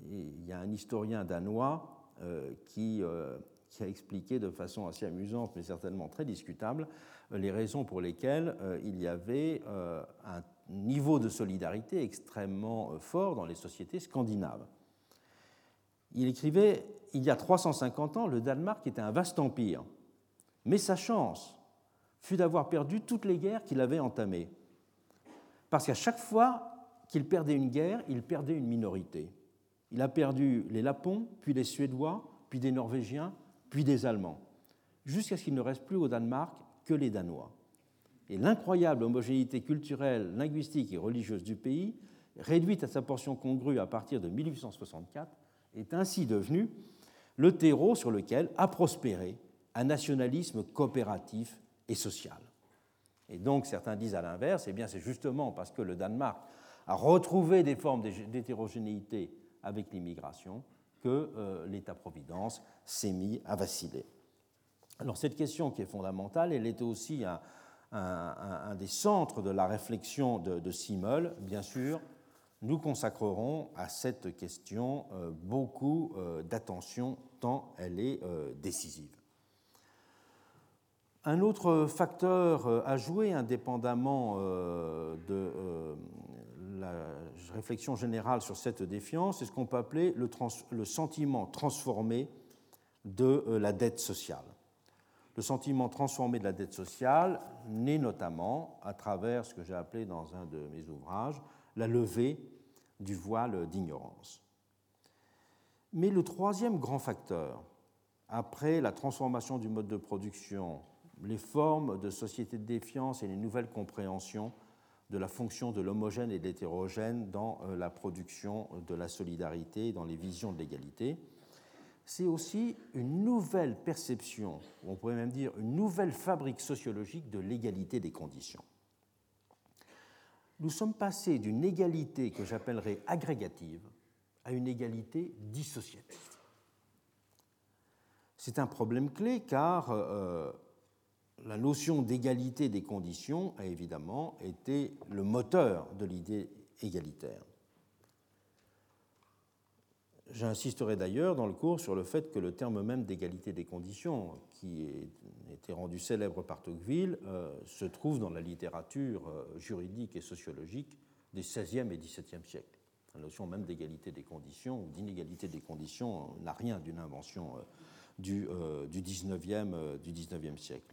[SPEAKER 2] il y a un historien danois qui a expliqué de façon assez amusante, mais certainement très discutable, les raisons pour lesquelles il y avait un niveau de solidarité extrêmement fort dans les sociétés scandinaves. Il écrivait « Il y a 350 ans, le Danemark était un vaste empire, mais sa chance fut d'avoir perdu toutes les guerres qu'il avait entamées. Parce qu'à chaque fois qu'il perdait une guerre, il perdait une minorité. Il a perdu les Lapons, puis les Suédois, puis des Norvégiens, puis des Allemands, jusqu'à ce qu'il ne reste plus au Danemark que les Danois. Et l'incroyable homogénéité culturelle, linguistique et religieuse du pays, réduite à sa portion congrue à partir de 1864, est ainsi devenue le terreau sur lequel a prospéré un nationalisme coopératif et social. » Et donc certains disent à l'inverse, eh bien c'est justement parce que le Danemark a retrouvé des formes d'hétérogénéité avec l'immigration que l'État-providence s'est mis à vaciller. Alors cette question qui est fondamentale, elle était aussi un des centres de la réflexion de Simmel. Bien sûr, nous consacrerons à cette question beaucoup d'attention tant elle est décisive. Un autre facteur à jouer, indépendamment de la réflexion générale sur cette défiance, c'est ce qu'on peut appeler le sentiment transformé de la dette sociale. Le sentiment transformé de la dette sociale naît notamment à travers ce que j'ai appelé dans un de mes ouvrages la levée du voile d'ignorance. Mais le troisième grand facteur, après la transformation du mode de production, les formes de société de défiance et les nouvelles compréhensions de la fonction de l'homogène et de l'hétérogène dans la production de la solidarité, dans les visions de l'égalité, c'est aussi une nouvelle perception, on pourrait même dire une nouvelle fabrique sociologique de l'égalité des conditions. Nous sommes passés d'une égalité que j'appellerais agrégative à une égalité dissociative. C'est un problème clé car la notion d'égalité des conditions a évidemment été le moteur de l'idée égalitaire. J'insisterai d'ailleurs dans le cours sur le fait que le terme même d'égalité des conditions, qui a été rendu célèbre par Tocqueville, se trouve dans la littérature juridique et sociologique des XVIe et XVIIe siècles. La notion même d'égalité des conditions ou d'inégalité des conditions n'a rien d'une invention du XIXe siècle.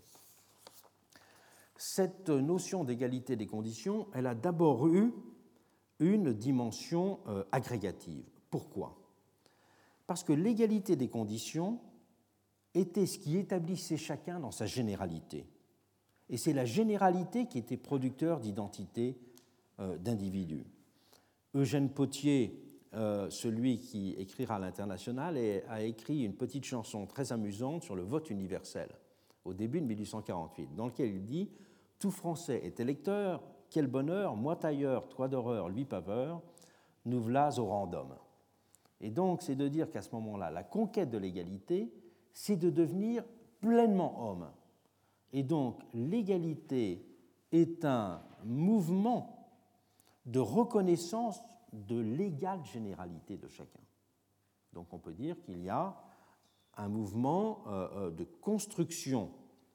[SPEAKER 2] Cette notion d'égalité des conditions, elle a d'abord eu une dimension agrégative. Pourquoi ? Parce que l'égalité des conditions était ce qui établissait chacun dans sa généralité. Et c'est la généralité qui était producteur d'identité d'individus. Eugène Pottier, celui qui écrira à l'Internationale, a écrit une petite chanson très amusante sur le vote universel au début de 1848, dans lequel il dit « Tout Français est électeur, quel bonheur, moi tailleur, toi d'horreur, lui paveur, nous v'là au rang d'homme. » Et donc, c'est de dire qu'à ce moment-là, la conquête de l'égalité, c'est de devenir pleinement homme. Et donc, l'égalité est un mouvement de reconnaissance de l'égale généralité de chacun. Donc, on peut dire qu'il y a un mouvement de construction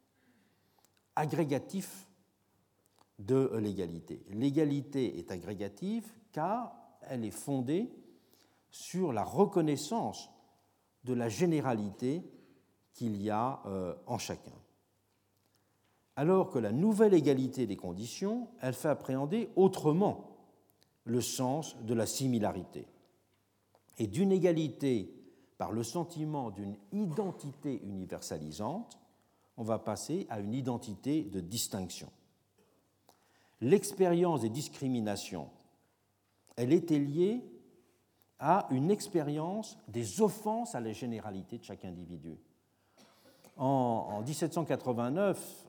[SPEAKER 2] agrégatif de l'égalité. L'égalité est agrégative car elle est fondée sur la reconnaissance de la généralité qu'il y a en chacun. Alors que la nouvelle égalité des conditions, elle fait appréhender autrement le sens de la similarité. Et d'une égalité par le sentiment d'une identité universalisante, on va passer à une identité de distinction. L'expérience des discriminations, elle était liée à une expérience des offenses à la généralité de chaque individu. En 1789,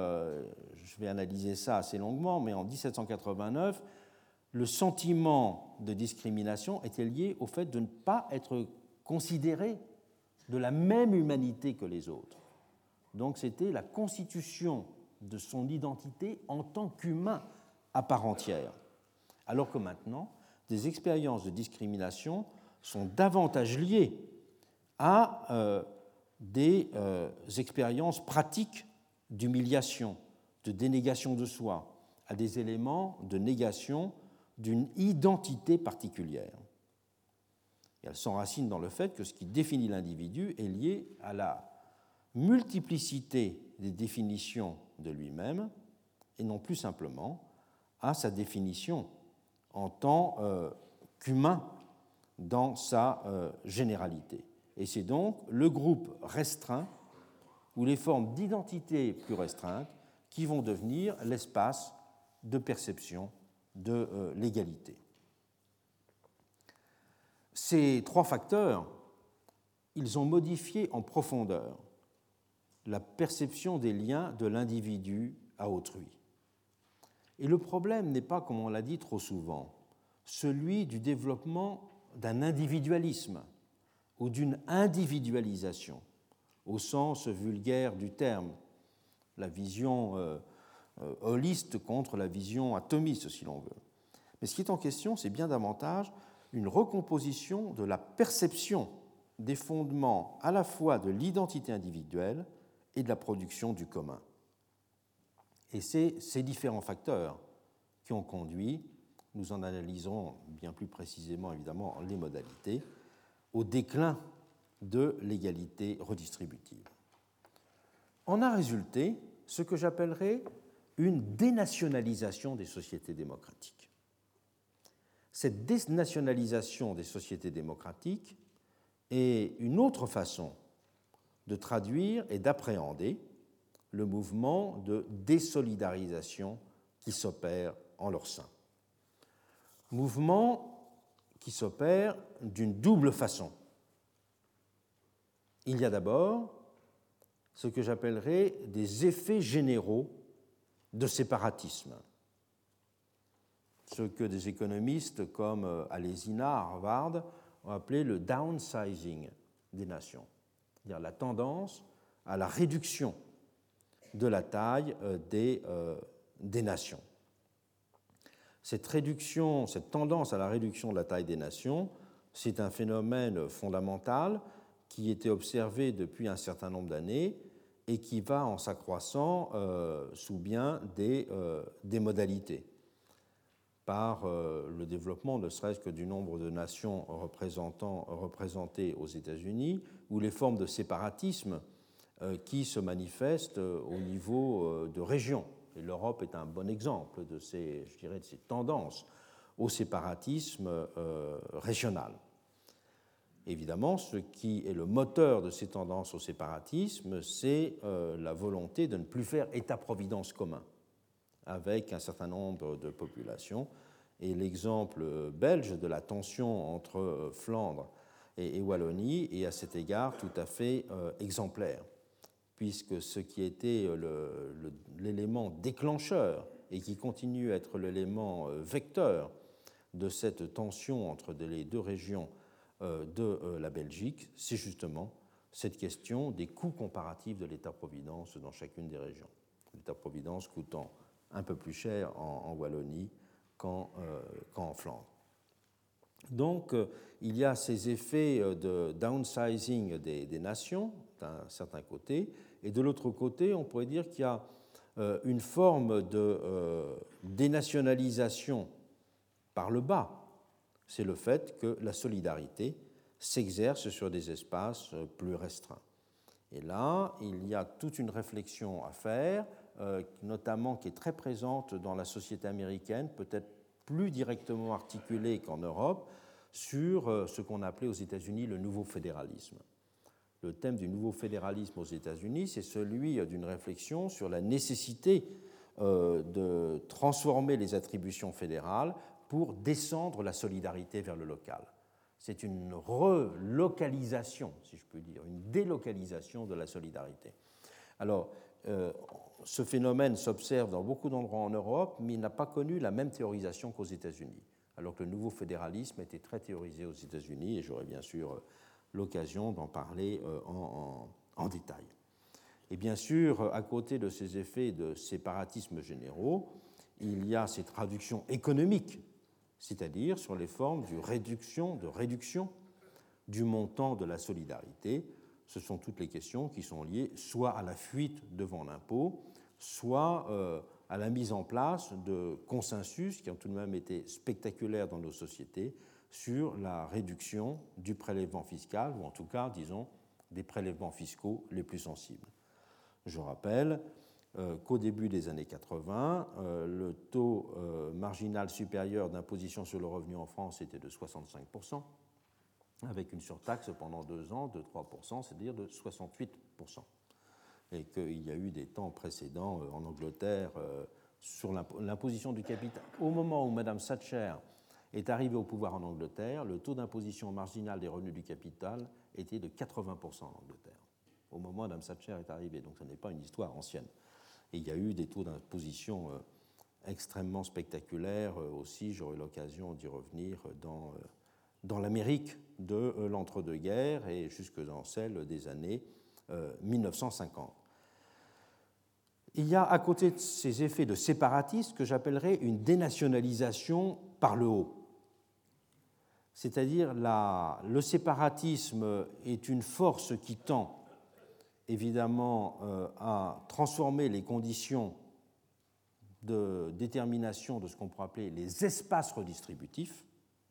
[SPEAKER 2] je vais analyser ça assez longuement, mais en 1789, le sentiment de discrimination était lié au fait de ne pas être considéré de la même humanité que les autres. Donc c'était la constitution de son identité en tant qu'humain à part entière. Alors que maintenant, des expériences de discrimination sont davantage liées à des expériences pratiques d'humiliation, de dénégation de soi, à des éléments de négation d'une identité particulière. Et elle s'enracine dans le fait que ce qui définit l'individu est lié à la multiplicité des définitions de lui-même et non plus simplement à sa définition en tant qu'humain dans sa généralité. Et c'est donc le groupe restreint ou les formes d'identité plus restreintes qui vont devenir l'espace de perception de l'égalité. Ces trois facteurs, ils ont modifié en profondeur la perception des liens de l'individu à autrui. Et le problème n'est pas, comme on l'a dit trop souvent, celui du développement d'un individualisme ou d'une individualisation, au sens vulgaire du terme, la vision holiste contre la vision atomiste, si l'on veut. Mais ce qui est en question, c'est bien davantage une recomposition de la perception des fondements à la fois de l'identité individuelle et de la production du commun. Et c'est ces différents facteurs qui ont conduit, nous en analyserons bien plus précisément évidemment les modalités, au déclin de l'égalité redistributive. En a résulté ce que j'appellerais une dénationalisation des sociétés démocratiques. Cette dénationalisation des sociétés démocratiques est une autre façon de traduire et d'appréhender le mouvement de désolidarisation qui s'opère en leur sein. Mouvement qui s'opère d'une double façon. Il y a d'abord ce que j'appellerais des effets généraux de séparatisme, ce que des économistes comme Alesina à Harvard ont appelé le downsizing des nations, c'est-à-dire la tendance à la réduction de la taille des nations. Cette tendance à la réduction de la taille des nations, c'est un phénomène fondamental qui était observé depuis un certain nombre d'années et qui va en s'accroissant sous bien des modalités. Par le développement ne serait-ce que du nombre de nations représentées aux États-Unis, ou les formes de séparatisme qui se manifestent au niveau de régions. Et l'Europe est un bon exemple de ces tendances au séparatisme régional. Évidemment, ce qui est le moteur de ces tendances au séparatisme, c'est la volonté de ne plus faire État-providence commun avec un certain nombre de populations. Et l'exemple belge de la tension entre Flandre et Wallonie est à cet égard tout à fait exemplaire, puisque ce qui était l'élément déclencheur et qui continue à être l'élément vecteur de cette tension entre les deux régions de la Belgique, c'est justement cette question des coûts comparatifs de l'État-providence dans chacune des régions. L'État-providence coûtant un peu plus cher en Wallonie qu'en Flandre. Donc, il y a ces effets de downsizing des nations, d'un certain côté, et de l'autre côté, on pourrait dire qu'il y a une forme de dénationalisation par le bas. C'est le fait que la solidarité s'exerce sur des espaces plus restreints. Et là, il y a toute une réflexion à faire, notamment qui est très présente dans la société américaine, peut-être plus directement articulée qu'en Europe, sur ce qu'on appelait aux États-Unis le nouveau fédéralisme. Le thème du nouveau fédéralisme aux États-Unis, c'est celui d'une réflexion sur la nécessité de transformer les attributions fédérales pour descendre la solidarité vers le local. C'est une relocalisation, si je peux dire, une délocalisation de la solidarité. Alors, ce phénomène s'observe dans beaucoup d'endroits en Europe, mais il n'a pas connu la même théorisation qu'aux États-Unis, alors que le nouveau fédéralisme était très théorisé aux États-Unis, et j'aurai bien sûr l'occasion d'en parler en détail. Et bien sûr, à côté de ces effets de séparatisme généraux, il y a ces traductions économiques, c'est-à-dire sur les formes de réduction du montant de la solidarité. Ce sont toutes les questions qui sont liées soit à la fuite devant l'impôt, soit à la mise en place de consensus qui ont tout de même été spectaculaires dans nos sociétés sur la réduction du prélèvement fiscal, ou en tout cas, disons, des prélèvements fiscaux les plus sensibles. Je rappelle qu'au début des années 80, le taux marginal supérieur d'imposition sur le revenu en France était de 65%, avec une surtaxe pendant 2 ans de 3%, c'est-à-dire de 68%. Et qu'il y a eu des temps précédents en Angleterre sur l'imposition du capital. Au moment où Mme Thatcher est arrivée au pouvoir en Angleterre, le taux d'imposition marginal des revenus du capital était de 80% en Angleterre, au moment où Mme Thatcher est arrivée. Donc ce n'est pas une histoire ancienne. Et il y a eu des taux d'imposition extrêmement spectaculaires aussi, j'aurai l'occasion d'y revenir, dans l'Amérique de l'entre-deux-guerres et jusque dans celle des années 1950. Il y a à côté de ces effets de séparatisme que j'appellerais une dénationalisation par le haut. C'est-à-dire le séparatisme est une force qui tend évidemment à transformer les conditions de détermination de ce qu'on pourrait appeler les espaces redistributifs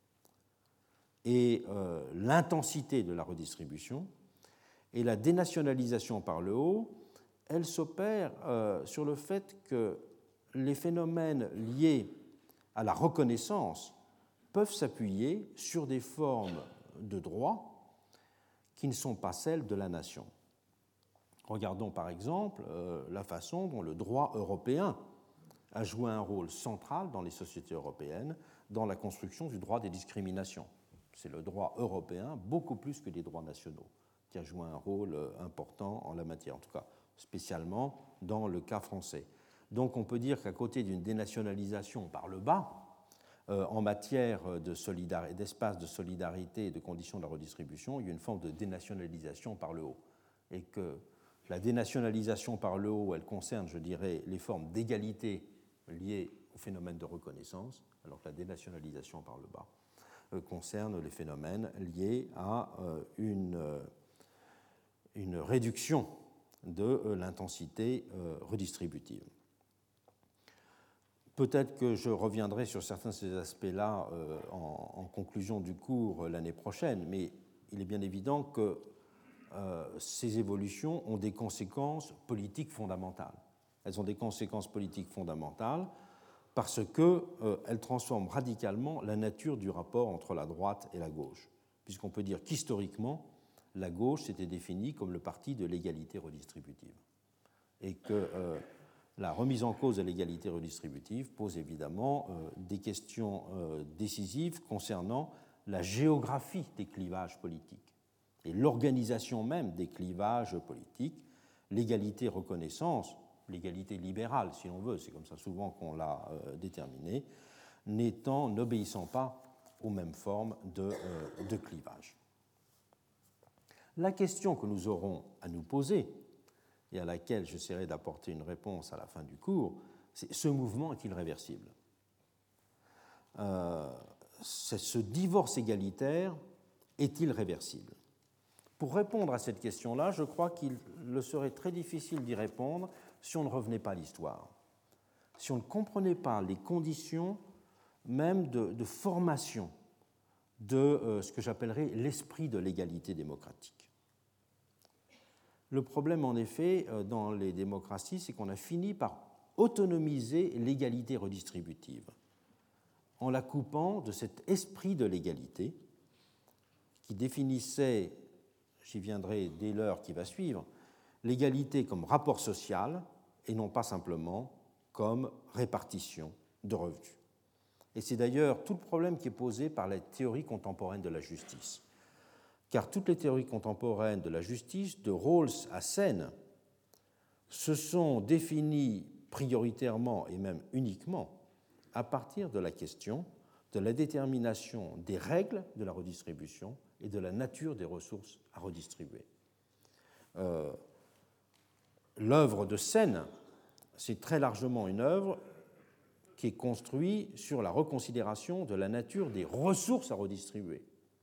[SPEAKER 2] et l'intensité de la redistribution. Et la dénationalisation par le haut, elle s'opère sur le fait que les phénomènes liés à la reconnaissance peuvent s'appuyer sur des formes de droit qui ne sont pas celles de la nation. Regardons par exemple la façon dont le droit européen a joué un rôle central dans les sociétés européennes dans la construction du droit des discriminations. C'est le droit européen, beaucoup plus que les droits nationaux, qui a joué un rôle important en la matière, en tout cas spécialement dans le cas français. Donc on peut dire qu'à côté d'une dénationalisation par le bas, en matière d'espace de solidarité et de conditions de la redistribution, il y a une forme de dénationalisation par le haut. Et que la dénationalisation par le haut, elle concerne, je dirais, les formes d'égalité liées au phénomène de reconnaissance, alors que la dénationalisation par le bas concerne les phénomènes liés à une réduction de l'intensité redistributive. Peut-être que je reviendrai sur certains de ces aspects-là en conclusion du cours l'année prochaine, mais il est bien évident que ces évolutions ont des conséquences politiques fondamentales. Elles ont des conséquences politiques fondamentales parce qu'elles transforment radicalement la nature du rapport entre la droite et la gauche, puisqu'on peut dire qu'historiquement, la gauche s'était définie comme le parti de l'égalité redistributive, et que la remise en cause de l'égalité redistributive pose évidemment des questions décisives concernant la géographie des clivages politiques et l'organisation même des clivages politiques, l'égalité-reconnaissance, l'égalité libérale si l'on veut, c'est comme ça souvent qu'on l'a déterminée, n'obéissant pas aux mêmes formes de clivage. La question que nous aurons à nous poser, et à laquelle j'essaierai d'apporter une réponse à la fin du cours, c'est: ce mouvement est-il réversible ? Ce divorce égalitaire est-il réversible ? Pour répondre à cette question-là, je crois qu'il le serait très difficile d'y répondre si on ne revenait pas à l'histoire, si on ne comprenait pas les conditions même de formation de ce que j'appellerais l'esprit de l'égalité démocratique. Le problème, en effet, dans les démocraties, c'est qu'on a fini par autonomiser l'égalité redistributive en la coupant de cet esprit de l'égalité qui définissait, j'y viendrai dès l'heure qui va suivre, l'égalité comme rapport social et non pas simplement comme répartition de revenus. Et c'est d'ailleurs tout le problème qui est posé par la théorie contemporaine de la justice. Car toutes les théories contemporaines de la justice, de Rawls à Sen, se sont définies prioritairement et même uniquement à partir de la question de la détermination des règles de la redistribution et de la nature des ressources à redistribuer. L'œuvre de Sen, c'est très largement une œuvre qui est construite sur la reconsidération de la nature des ressources à redistribuer.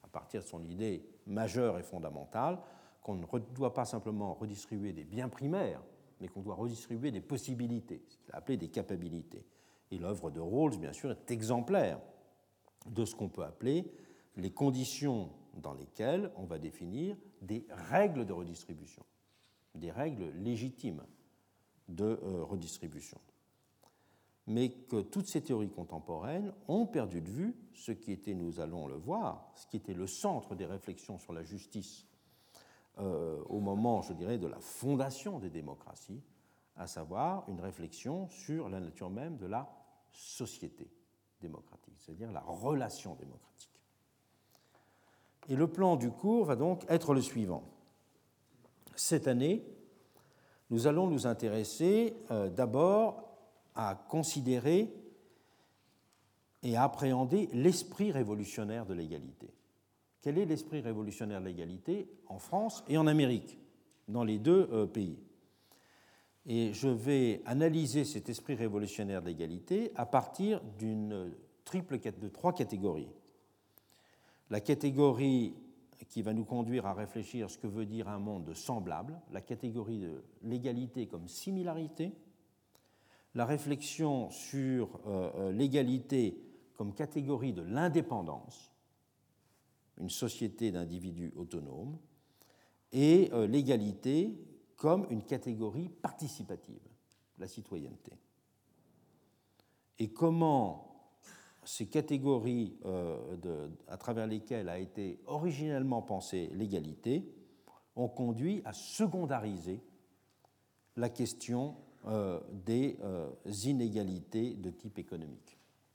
[SPEAKER 2] partir de son idée majeure et fondamentale, qu'on ne doit pas simplement redistribuer des biens primaires, mais qu'on doit redistribuer des possibilités, ce qu'il a appelé des capabilités. Et l'œuvre de Rawls, bien sûr, est exemplaire de ce qu'on peut appeler les conditions dans lesquelles on va définir des règles de redistribution, des règles légitimes de redistribution. Mais que toutes ces théories contemporaines ont perdu de vue ce qui était, nous allons le voir, ce qui était le centre des réflexions sur la justice au moment, je dirais, de la fondation des démocraties, à savoir une réflexion sur la nature même de la société démocratique, c'est-à-dire la relation démocratique. Et le plan du cours va donc être le suivant. Cette année, nous allons nous intéresser d'abord à considérer et à appréhender l'esprit révolutionnaire de l'égalité. Quel est l'esprit révolutionnaire de l'égalité en France et en Amérique, dans les deux pays? Et je vais analyser cet esprit révolutionnaire de l'égalité à partir de trois catégories. La catégorie qui va nous conduire à réfléchir à ce que veut dire un monde semblable, la catégorie de l'égalité comme similarité, la réflexion sur l'égalité comme catégorie de l'indépendance, une société d'individus autonomes, et l'égalité comme une catégorie participative, la citoyenneté. Et comment ces catégories à travers lesquelles a été originellement pensée l'égalité ont conduit à secondariser la question des inégalités de type économique.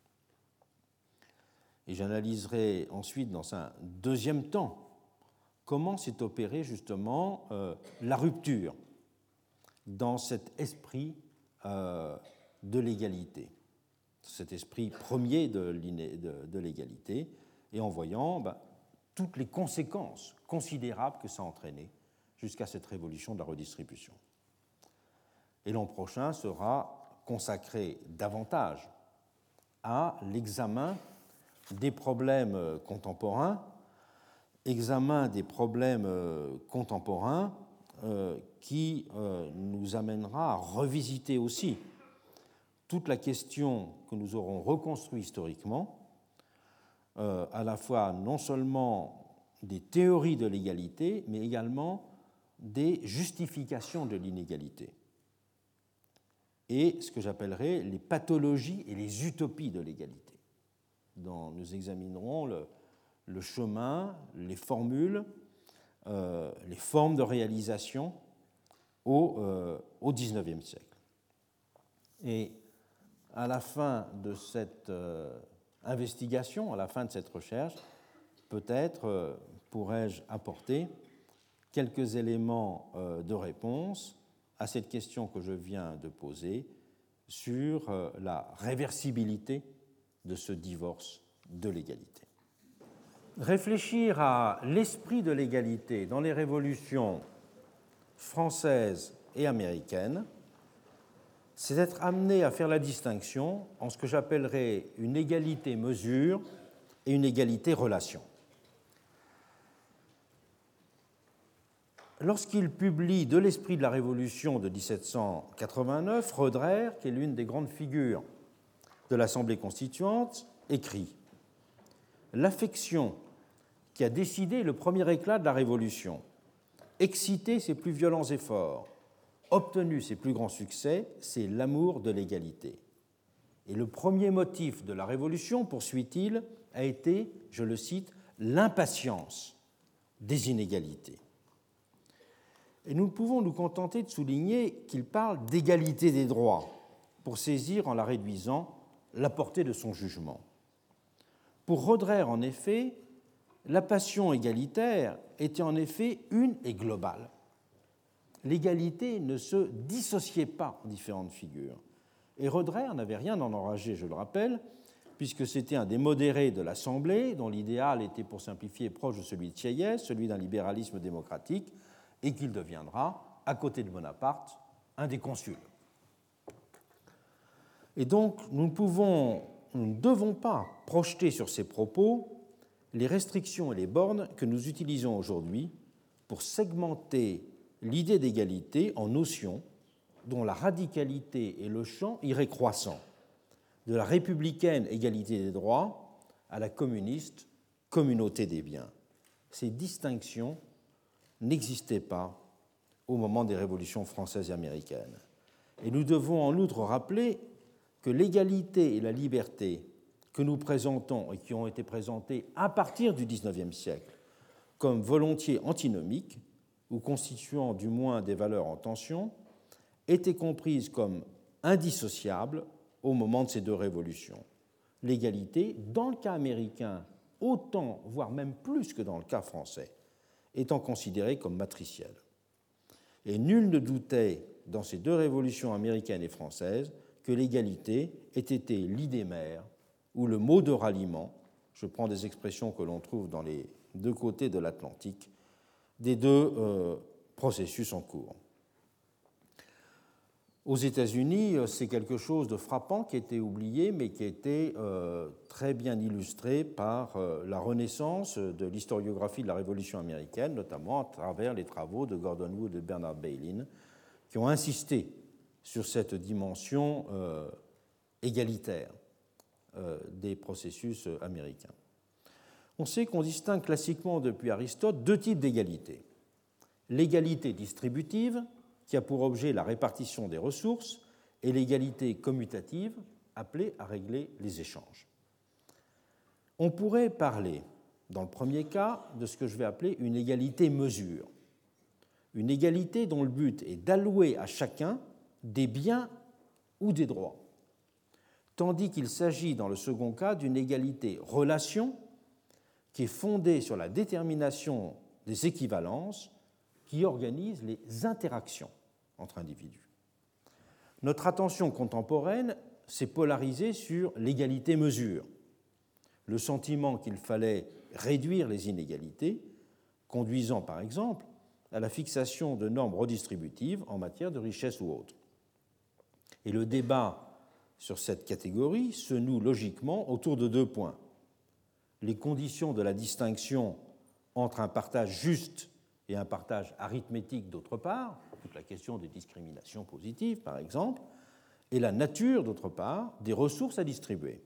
[SPEAKER 2] Et j'analyserai ensuite, dans un deuxième temps, comment s'est opérée justement la rupture dans cet esprit de l'égalité, cet esprit premier de l'égalité, et en voyant toutes les conséquences considérables que ça a entraîné jusqu'à cette révolution de la redistribution. Et l'an prochain sera consacré davantage à l'examen des problèmes contemporains, qui nous amènera à revisiter aussi toute la question que nous aurons reconstruite historiquement, à la fois non seulement des théories de l'égalité, mais également des justifications de l'inégalité, et ce que j'appellerai les pathologies et les utopies de l'égalité, dont nous examinerons le chemin, les formules, les formes de réalisation au XIXe siècle. Et à la fin de cette investigation, à la fin de cette recherche, peut-être pourrais-je apporter quelques éléments de réponse à cette question que je viens de poser sur la réversibilité de ce divorce de l'égalité. Réfléchir à l'esprit de l'égalité dans les révolutions françaises et américaines, c'est être amené à faire la distinction en ce que j'appellerais une égalité mesure et une égalité relation. Lorsqu'il publie De l'esprit de la Révolution de 1789, Roederer, qui est l'une des grandes figures de l'Assemblée constituante, écrit « L'affection qui a décidé le premier éclat de la Révolution, excité ses plus violents efforts, obtenu ses plus grands succès, c'est l'amour de l'égalité. Et le premier motif de la Révolution, poursuit-il, a été, je le cite, l'impatience des inégalités. » Et nous ne pouvons nous contenter de souligner qu'il parle d'égalité des droits pour saisir, en la réduisant, la portée de son jugement. Pour Roederer, en effet, la passion égalitaire était en effet une et globale. L'égalité ne se dissociait pas en différentes figures. Et Roederer n'avait rien d'en enragé, je le rappelle, puisque c'était un des modérés de l'Assemblée, dont l'idéal était, pour simplifier, proche de celui de Sieyès, celui d'un libéralisme démocratique, et qu'il deviendra, à côté de Bonaparte, un des consuls. Et donc, nous ne devons pas projeter sur ces propos les restrictions et les bornes que nous utilisons aujourd'hui pour segmenter l'idée d'égalité en notions dont la radicalité et le champ iraient croissant, de la républicaine égalité des droits à la communiste communauté des biens. Ces distinctions n'existaient pas au moment des révolutions françaises et américaines. Et nous devons en outre rappeler que l'égalité et la liberté que nous présentons et qui ont été présentées à partir du XIXe siècle comme volontiers antinomiques ou constituant du moins des valeurs en tension étaient comprises comme indissociables au moment de ces deux révolutions. L'égalité, dans le cas américain, autant, voire même plus que dans le cas français, étant considérée comme matricielle. Et nul ne doutait, dans ces deux révolutions américaines et françaises, que l'égalité ait été l'idée mère ou le mot de ralliement, je prends des expressions que l'on trouve dans les deux côtés de l'Atlantique, des deux processus en cours. Aux États-Unis, c'est quelque chose de frappant qui a été oublié, mais qui a été très bien illustré par la renaissance de l'historiographie de la Révolution américaine, notamment à travers les travaux de Gordon Wood et Bernard Bailyn, qui ont insisté sur cette dimension égalitaire des processus américains. On sait qu'on distingue classiquement depuis Aristote deux types d'égalité. L'égalité distributive, qui a pour objet la répartition des ressources, et l'égalité commutative, appelée à régler les échanges. On pourrait parler, dans le premier cas, de ce que je vais appeler une égalité mesure, une égalité dont le but est d'allouer à chacun des biens ou des droits, tandis qu'il s'agit, dans le second cas, d'une égalité relation qui est fondée sur la détermination des équivalences qui organise les interactions entre individus. Notre attention contemporaine s'est polarisée sur l'égalité-mesure, le sentiment qu'il fallait réduire les inégalités, conduisant par exemple à la fixation de normes redistributives en matière de richesse ou autre. Et le débat sur cette catégorie se noue logiquement autour de deux points. Les conditions de la distinction entre un partage juste et un partage arithmétique d'autre part, toute la question des discriminations positives par exemple, et la nature d'autre part des ressources à distribuer.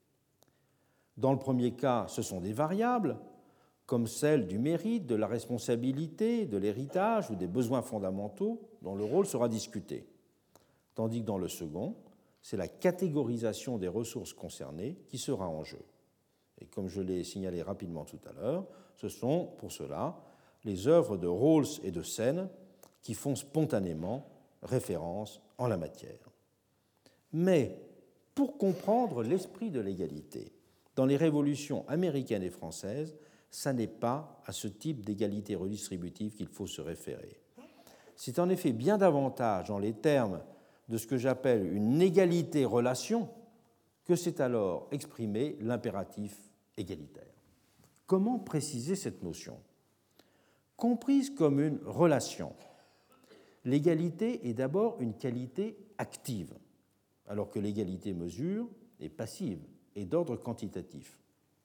[SPEAKER 2] Dans le premier cas, ce sont des variables comme celles du mérite, de la responsabilité, de l'héritage ou des besoins fondamentaux dont le rôle sera discuté, tandis que dans le second, c'est la catégorisation des ressources concernées qui sera en jeu. Et comme je l'ai signalé rapidement tout à l'heure, ce sont pour cela les œuvres de Rawls et de Sen qui font spontanément référence en la matière. Mais pour comprendre l'esprit de l'égalité dans les révolutions américaines et françaises, ça n'est pas à ce type d'égalité redistributive qu'il faut se référer. C'est en effet bien davantage dans les termes de ce que j'appelle une égalité-relation que s'est alors exprimé l'impératif égalitaire. Comment préciser cette notion ? Comprise comme une relation, l'égalité est d'abord une qualité active, alors que l'égalité-mesure est passive et d'ordre quantitatif.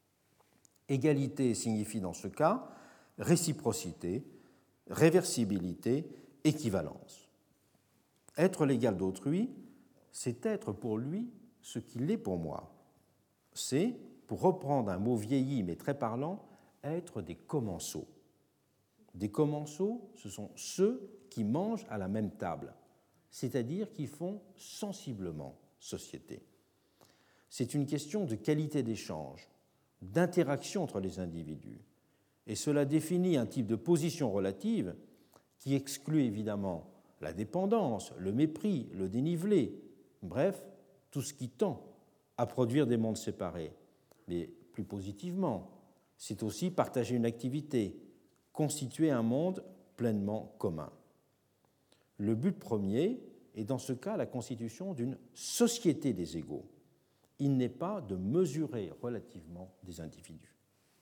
[SPEAKER 2] Égalité signifie dans ce cas réciprocité, réversibilité, équivalence. Être l'égal d'autrui, c'est être pour lui ce qu'il est pour moi. C'est, pour reprendre un mot vieilli mais très parlant, être des commensaux. Des commensaux, ce sont ceux qui mangent à la même table, c'est-à-dire qui font sensiblement société. C'est une question de qualité d'échange, d'interaction entre les individus, et cela définit un type de position relative qui exclut évidemment la dépendance, le mépris, le dénivelé, bref, tout ce qui tend à produire des mondes séparés. Mais plus positivement, c'est aussi partager une activité, constituer un monde pleinement commun. Le but premier est dans ce cas la constitution d'une société des égaux. Il n'est pas de mesurer relativement des individus.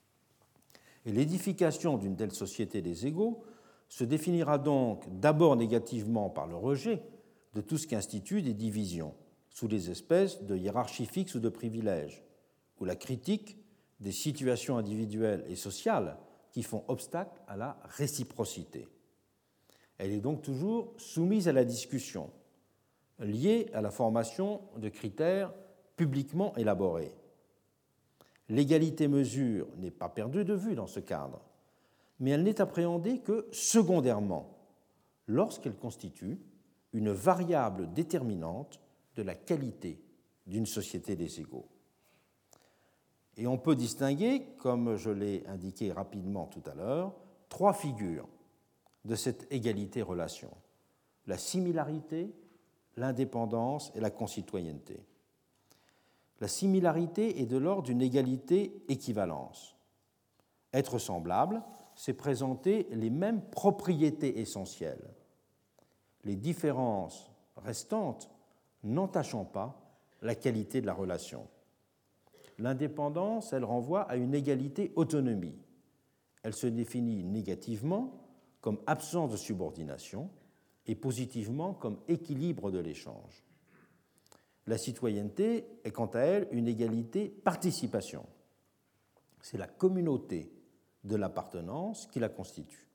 [SPEAKER 2] Et l'édification d'une telle société des égaux se définira donc d'abord négativement par le rejet de tout ce qui institue des divisions sous des espèces de hiérarchies fixes ou de privilèges, ou la critique des situations individuelles et sociales qui font obstacle à la réciprocité. Elle est donc toujours soumise à la discussion, liée à la formation de critères publiquement élaborés. L'égalité-mesure n'est pas perdue de vue dans ce cadre, mais elle n'est appréhendée que secondairement, lorsqu'elle constitue une variable déterminante de la qualité d'une société des égaux. Et on peut distinguer, comme je l'ai indiqué rapidement tout à l'heure, trois figures de cette égalité-relation: la similarité, l'indépendance et la concitoyenneté. La similarité est de l'ordre d'une égalité-équivalence. Être semblable, c'est présenter les mêmes propriétés essentielles, les différences restantes n'entachant pas la qualité de la relation. L'indépendance, elle renvoie à une égalité-autonomie. Elle se définit négativement comme absence de subordination et positivement comme équilibre de l'échange. La citoyenneté est quant à elle une égalité-participation. C'est la communauté de l'appartenance qui la constitue.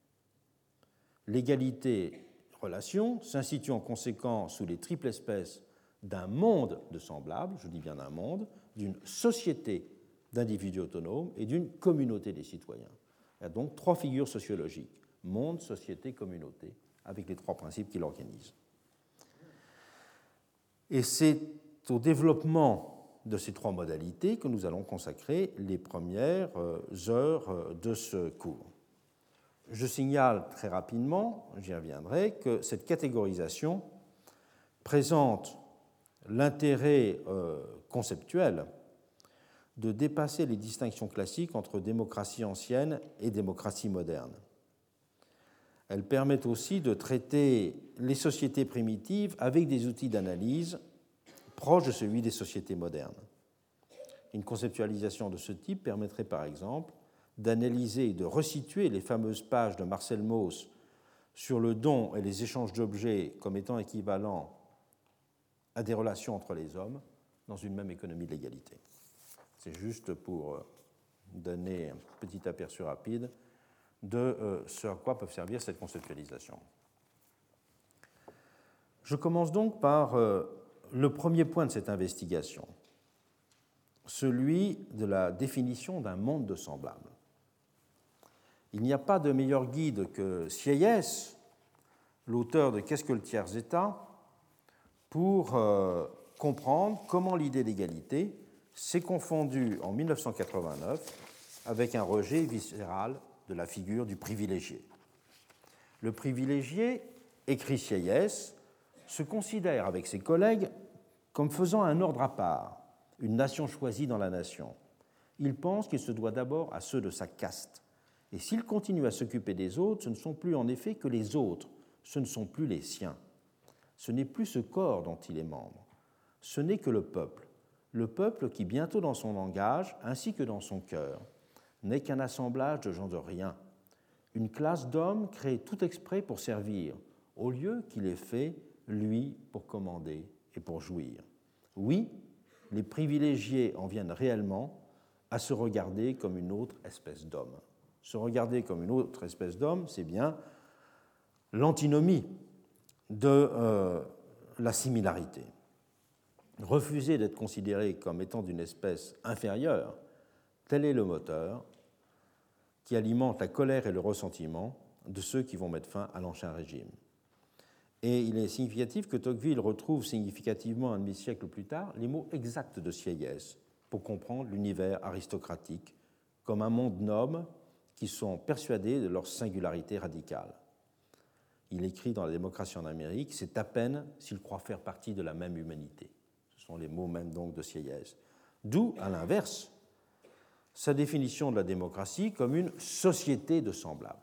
[SPEAKER 2] L'égalité-relation s'institue en conséquence sous les triples espèces d'un monde de semblables, je dis bien d'un monde, d'une société d'individus autonomes et d'une communauté des citoyens. Il y a donc trois figures sociologiques: monde, société, communauté, avec les trois principes qui l'organisent. Et c'est au développement de ces trois modalités que nous allons consacrer les premières heures de ce cours. Je signale très rapidement, j'y reviendrai, que cette catégorisation présente l'intérêt conceptuel de dépasser les distinctions classiques entre démocratie ancienne et démocratie moderne. Elle permet aussi de traiter les sociétés primitives avec des outils d'analyse proches de celui des sociétés modernes. Une conceptualisation de ce type permettrait par exemple d'analyser et de resituer les fameuses pages de Marcel Mauss sur le don et les échanges d'objets comme étant équivalents à des relations entre les hommes dans une même économie de l'égalité. C'est juste pour donner un petit aperçu rapide de ce à quoi peut servir cette conceptualisation. Je commence donc par le premier point de cette investigation, celui de la définition d'un monde de semblables. Il n'y a pas de meilleur guide que Sieyès, l'auteur de Qu'est-ce que le tiers-État, pour comprendre comment l'idée d'égalité s'est confondue en 1989 avec un rejet viscéral de la figure du privilégié. Le privilégié, écrit Sieyès, se considère avec ses collègues comme faisant un ordre à part, une nation choisie dans la nation. Il pense qu'il se doit d'abord à ceux de sa caste. Et s'il continue à s'occuper des autres, ce ne sont plus en effet que les autres, ce ne sont plus les siens. Ce n'est plus ce corps dont il est membre, ce n'est que le peuple qui bientôt dans son langage, ainsi que dans son cœur, n'est qu'un assemblage de gens de rien, une classe d'hommes créée tout exprès pour servir, au lieu qu'il ait fait, lui, pour commander et pour jouir. Oui, les privilégiés en viennent réellement à se regarder comme une autre espèce d'homme. Se regarder comme une autre espèce d'homme, c'est bien l'antinomie de la similarité. Refuser d'être considéré comme étant d'une espèce inférieure, tel est le moteur qui alimente la colère et le ressentiment de ceux qui vont mettre fin à l'ancien régime. Et il est significatif que Tocqueville retrouve significativement un demi-siècle plus tard les mots exacts de Sieyès pour comprendre l'univers aristocratique comme un monde d'hommes qui sont persuadés de leur singularité radicale. Il écrit dans La démocratie en Amérique, c'est à peine s'ils croient faire partie de la même humanité. Ce sont les mots même donc de Sieyès. D'où, à l'inverse, sa définition de la démocratie comme une société de semblables.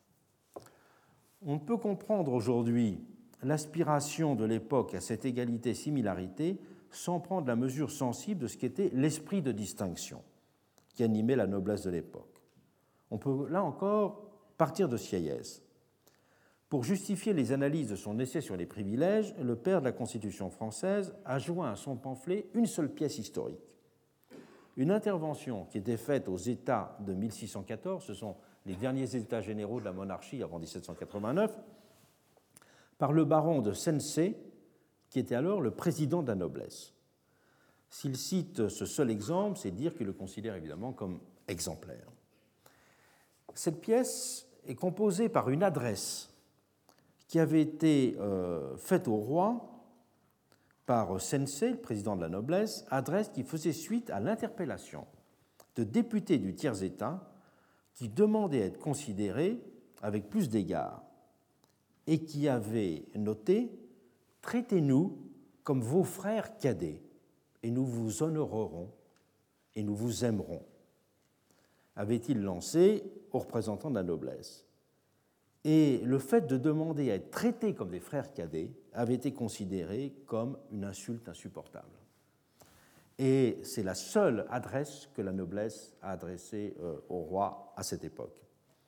[SPEAKER 2] On peut comprendre aujourd'hui l'aspiration de l'époque à cette égalité-similarité sans prendre la mesure sensible de ce qu'était l'esprit de distinction qui animait la noblesse de l'époque. On peut, là encore, partir de Sieyès. Pour justifier les analyses de son essai sur les privilèges, le père de la Constitution française a joint à son pamphlet une seule pièce historique, une intervention qui était faite aux États de 1614, ce sont les derniers États généraux de la monarchie avant 1789, par le baron de Sensé, qui était alors le président de la noblesse. S'il cite ce seul exemple, c'est dire qu'il le considère évidemment comme exemplaire. Cette pièce est composée par une adresse qui avait été faite au roi par Sensé, le président de la noblesse, adresse qui faisait suite à l'interpellation de députés du tiers-État qui demandaient à être considérés avec plus d'égard et qui avaient noté « Traitez-nous comme vos frères cadets, et nous vous honorerons et nous vous aimerons », avait-il lancé aux représentants de la noblesse. Et le fait de demander à être traités comme des frères cadets avait été considéré comme une insulte insupportable. Et c'est la seule adresse que la noblesse a adressée au roi à cette époque.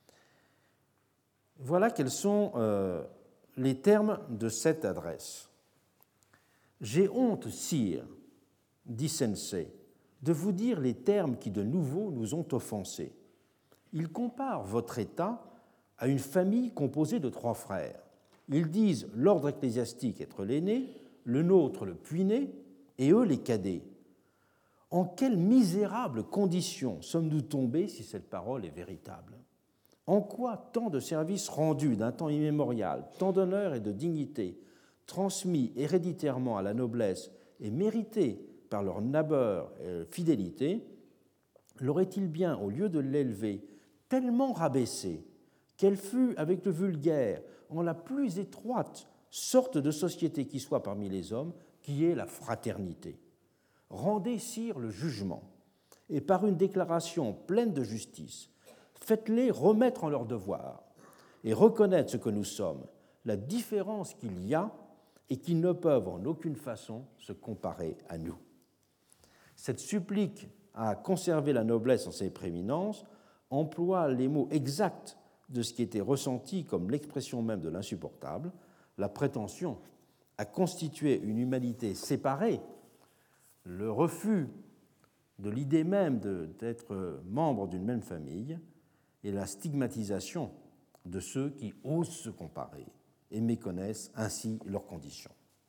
[SPEAKER 2] Voilà quels sont les termes de cette adresse. « J'ai honte, sire, dit Sensé, de vous dire les termes qui de nouveau nous ont offensés. Ils comparent votre État à une famille composée de 3 frères. Ils disent l'ordre ecclésiastique être l'aîné, le nôtre le puîné, et eux les cadets. En quelles misérables conditions sommes-nous tombés si cette parole est véritable? En quoi tant de services rendus d'un temps immémorial, tant d'honneur et de dignité, transmis héréditairement à la noblesse et mérités par leur labeur et fidélité, l'aurait-il bien, au lieu de l'élever, tellement rabaissé qu'elle fût, avec le vulgaire, en la plus étroite sorte de société qui soit parmi les hommes, qui est la fraternité. Rendez, sire, le jugement, et par une déclaration pleine de justice, faites-les remettre en leur devoir et reconnaître ce que nous sommes, la différence qu'il y a et qu'ils ne peuvent en aucune façon se comparer à nous. » Cette supplique à conserver la noblesse en ses prééminences emploie les mots exacts de ce qui était ressenti comme l'expression même de l'insupportable, la prétention à constituer une humanité séparée, le refus de l'idée même d'être membre d'une même famille et la stigmatisation de ceux qui osent se comparer et méconnaissent ainsi leurs conditions.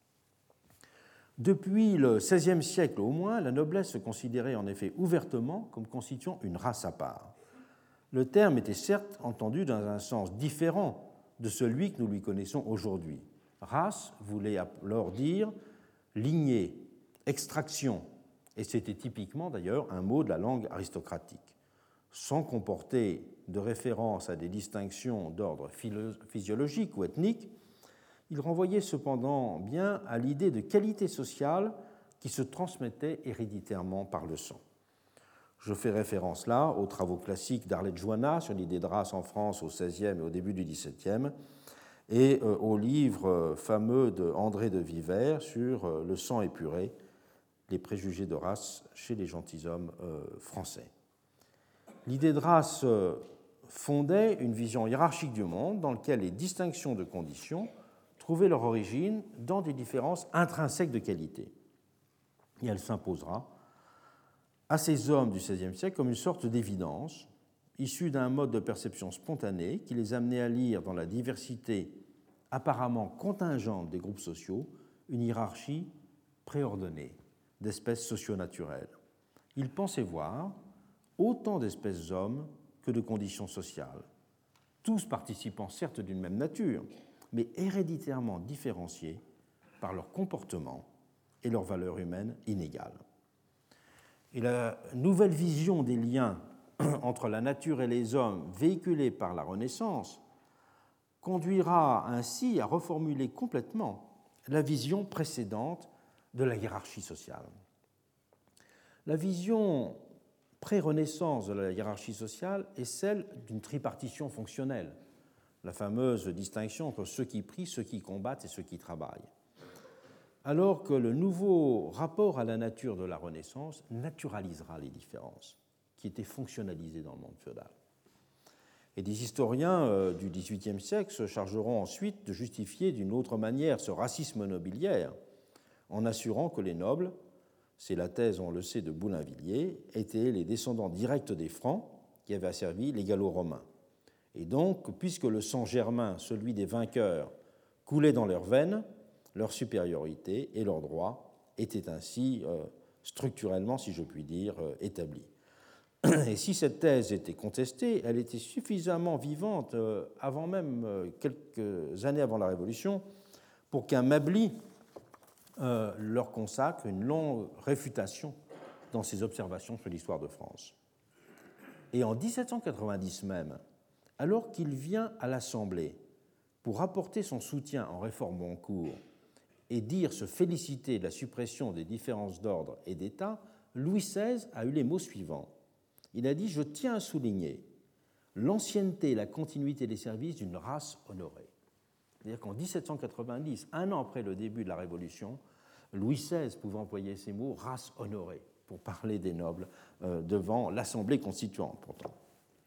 [SPEAKER 2] Depuis le XVIe siècle au moins, la noblesse se considérait en effet ouvertement comme constituant une race à part. Le terme était certes entendu dans un sens différent de celui que nous lui connaissons aujourd'hui. Race voulait alors dire lignée, extraction, et c'était typiquement d'ailleurs un mot de la langue aristocratique. Sans comporter de référence à des distinctions d'ordre physiologique ou ethnique, il renvoyait cependant bien à l'idée de qualité sociale qui se transmettait héréditairement par le sang. Je fais référence là aux travaux classiques d'Arlette Joanna sur l'idée de race en France au XVIe et au début du XVIIe, et au livre fameux de André de Viver sur le sang épuré, les préjugés de race chez les gentilshommes français. L'idée de race fondait une vision hiérarchique du monde dans laquelle les distinctions de conditions trouvaient leur origine dans des différences intrinsèques de qualité. Et elle s'imposera à ces hommes du XVIe siècle comme une sorte d'évidence issue d'un mode de perception spontané qui les amenait à lire dans la diversité apparemment contingente des groupes sociaux une hiérarchie préordonnée d'espèces socio-naturelles. Ils pensaient voir autant d'espèces d'hommes que de conditions sociales, tous participant certes d'une même nature, mais héréditairement différenciés par leur comportement et leurs valeurs humaines inégales. Et la nouvelle vision des liens entre la nature et les hommes véhiculée par la Renaissance conduira ainsi à reformuler complètement la vision précédente de la hiérarchie sociale. La vision pré-Renaissance de la hiérarchie sociale est celle d'une tripartition fonctionnelle, la fameuse distinction entre ceux qui prient, ceux qui combattent et ceux qui travaillent. Alors que le nouveau rapport à la nature de la Renaissance naturalisera les différences qui étaient fonctionnalisées dans le monde féodal. Et des historiens du XVIIIe siècle se chargeront ensuite de justifier d'une autre manière ce racisme nobiliaire en assurant que les nobles c'est la thèse, on le sait, de Boulainvilliers, étaient les descendants directs des Francs qui avaient asservi les Gallo-Romains. Et donc, puisque le sang germain, celui des vainqueurs, coulait dans leurs veines, leur supériorité et leurs droits étaient ainsi structurellement, si je puis dire, établis. Et si cette thèse était contestée, elle était suffisamment vivante avant même, quelques années avant la Révolution, pour qu'un Mably leur consacre une longue réfutation dans ses observations sur l'histoire de France. Et en 1790 même, alors qu'il vient à l'Assemblée pour apporter son soutien en réforme en cours et dire se féliciter de la suppression des différences d'ordre et d'État, Louis XVI a eu les mots suivants. Il a dit « Je tiens à souligner l'ancienneté et la continuité des services d'une race honorée ». C'est-à-dire qu'en 1790, un an après le début de la Révolution, Louis XVI pouvait employer ces mots « race honorée » pour parler des nobles devant l'Assemblée constituante, pourtant.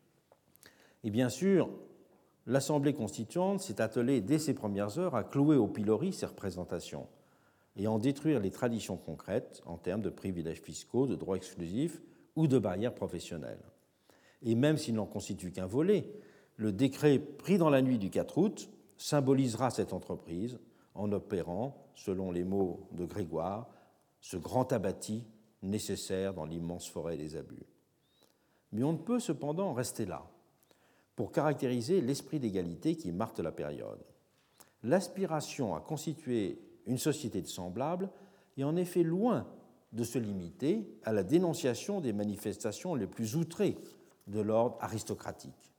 [SPEAKER 2] Et bien sûr, l'Assemblée constituante s'est attelée dès ses premières heures à clouer au pilori ses représentations et à en détruire les traditions concrètes en termes de privilèges fiscaux, de droits exclusifs ou de barrières professionnelles. Et même s'il n'en constitue qu'un volet, le décret pris dans la nuit du 4 août symbolisera cette entreprise en opérant, selon les mots de Grégoire, ce grand abatis nécessaire dans l'immense forêt des abus. Mais on ne peut cependant rester là pour caractériser l'esprit d'égalité qui marque la période. L'aspiration à constituer une société de semblables est en effet loin de se limiter à la dénonciation des manifestations les plus outrées de l'ordre aristocratique.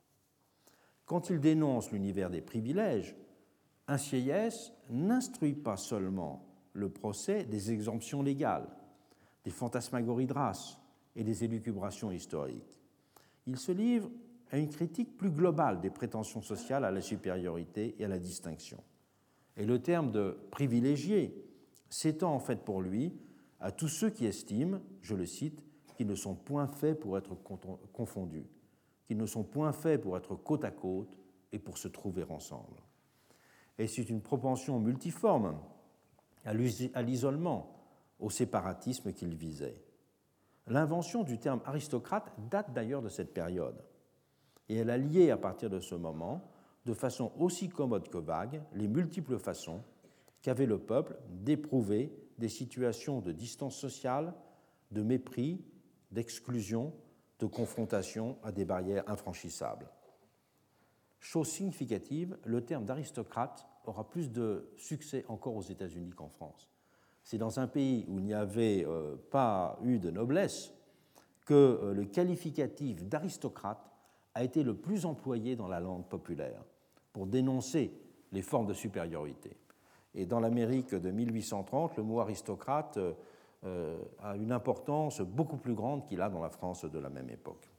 [SPEAKER 2] Quand il dénonce l'univers des privilèges, un Sieyès n'instruit pas seulement le procès des exemptions légales, des fantasmagories de race et des élucubrations historiques. Il se livre à une critique plus globale des prétentions sociales à la supériorité et à la distinction. Et le terme de privilégié s'étend en fait pour lui à tous ceux qui estiment, je le cite, qu'ils ne sont point faits pour être confondus, qu'ils ne sont point faits pour être côte à côte et pour se trouver ensemble. Et c'est une propension multiforme à l'isolement, au séparatisme qu'il visait. L'invention du terme aristocrate date d'ailleurs de cette période, et elle a lié à partir de ce moment, de façon aussi commode que vague, les multiples façons qu'avait le peuple d'éprouver des situations de distance sociale, de mépris, d'exclusion, de confrontation à des barrières infranchissables. Chose significative, le terme d'aristocrate aura plus de succès encore aux États-Unis qu'en France. C'est dans un pays où il n'y avait pas eu de noblesse que le qualificatif d'aristocrate a été le plus employé dans la langue populaire pour dénoncer les formes de supériorité. Et dans l'Amérique de 1830, le mot aristocrate a une importance beaucoup plus grande qu'il a dans la France de la même époque.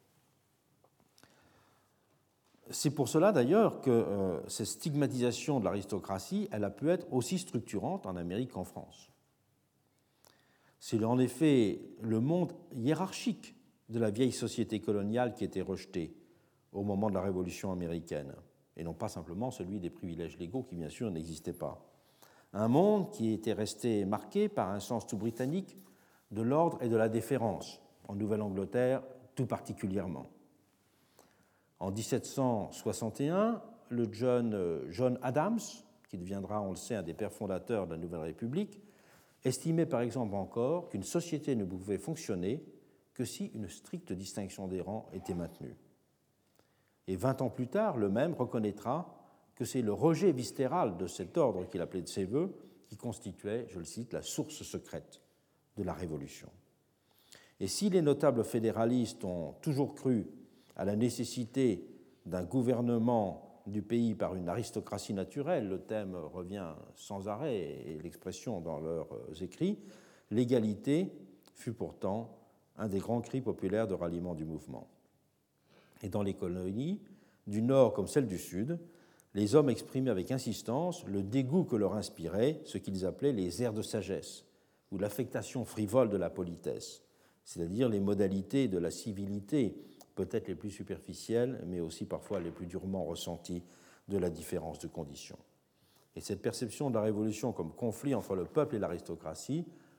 [SPEAKER 2] C'est pour cela d'ailleurs que cette stigmatisation de l'aristocratie, elle a pu être aussi structurante en Amérique qu'en France. C'est en effet le monde hiérarchique de la vieille société coloniale qui était rejeté au moment de la Révolution américaine, et non pas simplement celui des privilèges légaux qui, bien sûr, n'existaient pas. Un monde qui était resté marqué par un sens tout britannique de l'ordre et de la déférence, en Nouvelle-Angleterre tout particulièrement. En 1761, le John Adams, qui deviendra, on le sait, un des pères fondateurs de la Nouvelle République, estimait par exemple encore qu'une société ne pouvait fonctionner que si une stricte distinction des rangs était maintenue. Et 20 ans plus tard, le même reconnaîtra que c'est le rejet viscéral de cet ordre qu'il appelait de ses voeux qui constituait, je le cite, la source secrète de la Révolution. Et si les notables fédéralistes ont toujours cru à la nécessité d'un gouvernement du pays par une aristocratie naturelle, le thème revient sans arrêt et l'expression dans leurs écrits, l'égalité fut pourtant un des grands cris populaires de ralliement du mouvement. Et dans les colonies, du Nord comme celles du Sud, les hommes exprimaient avec insistance le dégoût que leur inspirait ce qu'ils appelaient les airs de sagesse ou l'affectation frivole de la politesse, c'est-à-dire les modalités de la civilité, peut-être les plus superficielles, mais aussi parfois les plus durement ressenties de la différence de conditions. Et cette perception de la Révolution comme conflit entre le peuple et l'aristocratie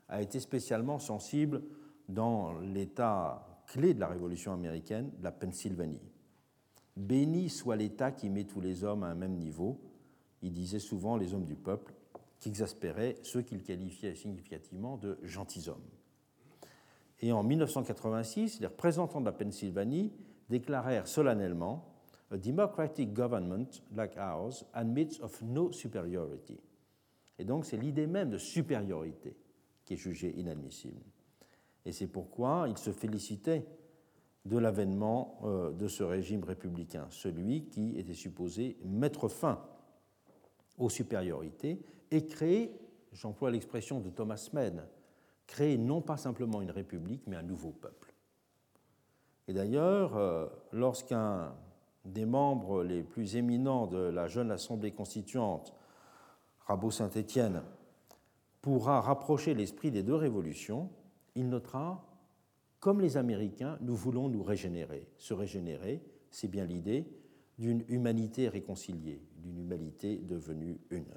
[SPEAKER 2] a été spécialement sensible dans l'État clé de la Révolution américaine, la Pennsylvanie. « Béni soit l'État qui met tous les hommes à un même niveau », il disait souvent les hommes du peuple, qui exaspéraient ceux qu'il qualifiait significativement de gentilshommes. Et en 1986, les représentants de la Pennsylvanie déclarèrent solennellement « A democratic government like ours admits of no superiority ». Et donc c'est l'idée même de supériorité qui est jugée inadmissible. Et c'est pourquoi ils se félicitaient de l'avènement de ce régime républicain, celui qui était supposé mettre fin aux supériorités et créer, j'emploie l'expression de Thomas Mann, créer non pas simplement une république, mais un nouveau peuple. Et d'ailleurs, lorsqu'un des membres les plus éminents de la jeune Assemblée constituante, Rabot-Saint-Étienne, pourra rapprocher l'esprit des deux révolutions, il notera « Comme les Américains, nous voulons nous régénérer ». Se régénérer, c'est bien l'idée d'une humanité réconciliée, d'une humanité devenue une.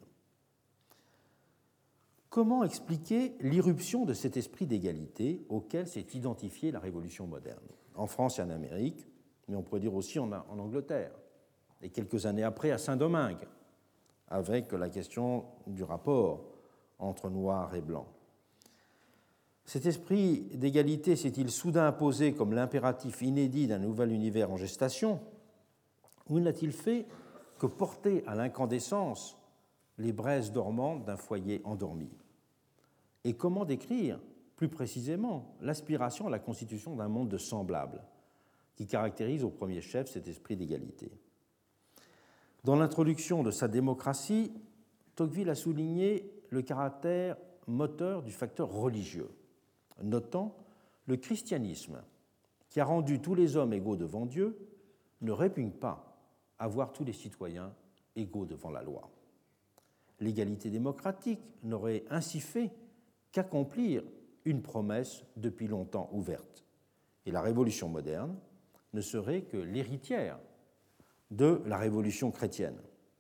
[SPEAKER 2] Comment expliquer l'irruption de cet esprit d'égalité auquel s'est identifiée la Révolution moderne, en France et en Amérique, mais on pourrait dire aussi en Angleterre, et quelques années après à Saint-Domingue, avec la question du rapport entre noir et blanc. Cet esprit d'égalité s'est-il soudain imposé comme l'impératif inédit d'un nouvel univers en gestation, ou n'a-t-il fait que porter à l'incandescence les braises dormantes d'un foyer endormi? Et comment décrire, plus précisément, l'aspiration à la constitution d'un monde de semblables qui caractérise au premier chef cet esprit d'égalité? Dans l'introduction de sa démocratie, Tocqueville a souligné le caractère moteur du facteur religieux, notant le christianisme, qui a rendu tous les hommes égaux devant Dieu, ne répugne pas à voir tous les citoyens égaux devant la loi. L'égalité démocratique n'aurait ainsi fait qu'accomplir une promesse depuis longtemps ouverte. Et la Révolution moderne ne serait que l'héritière de la Révolution chrétienne.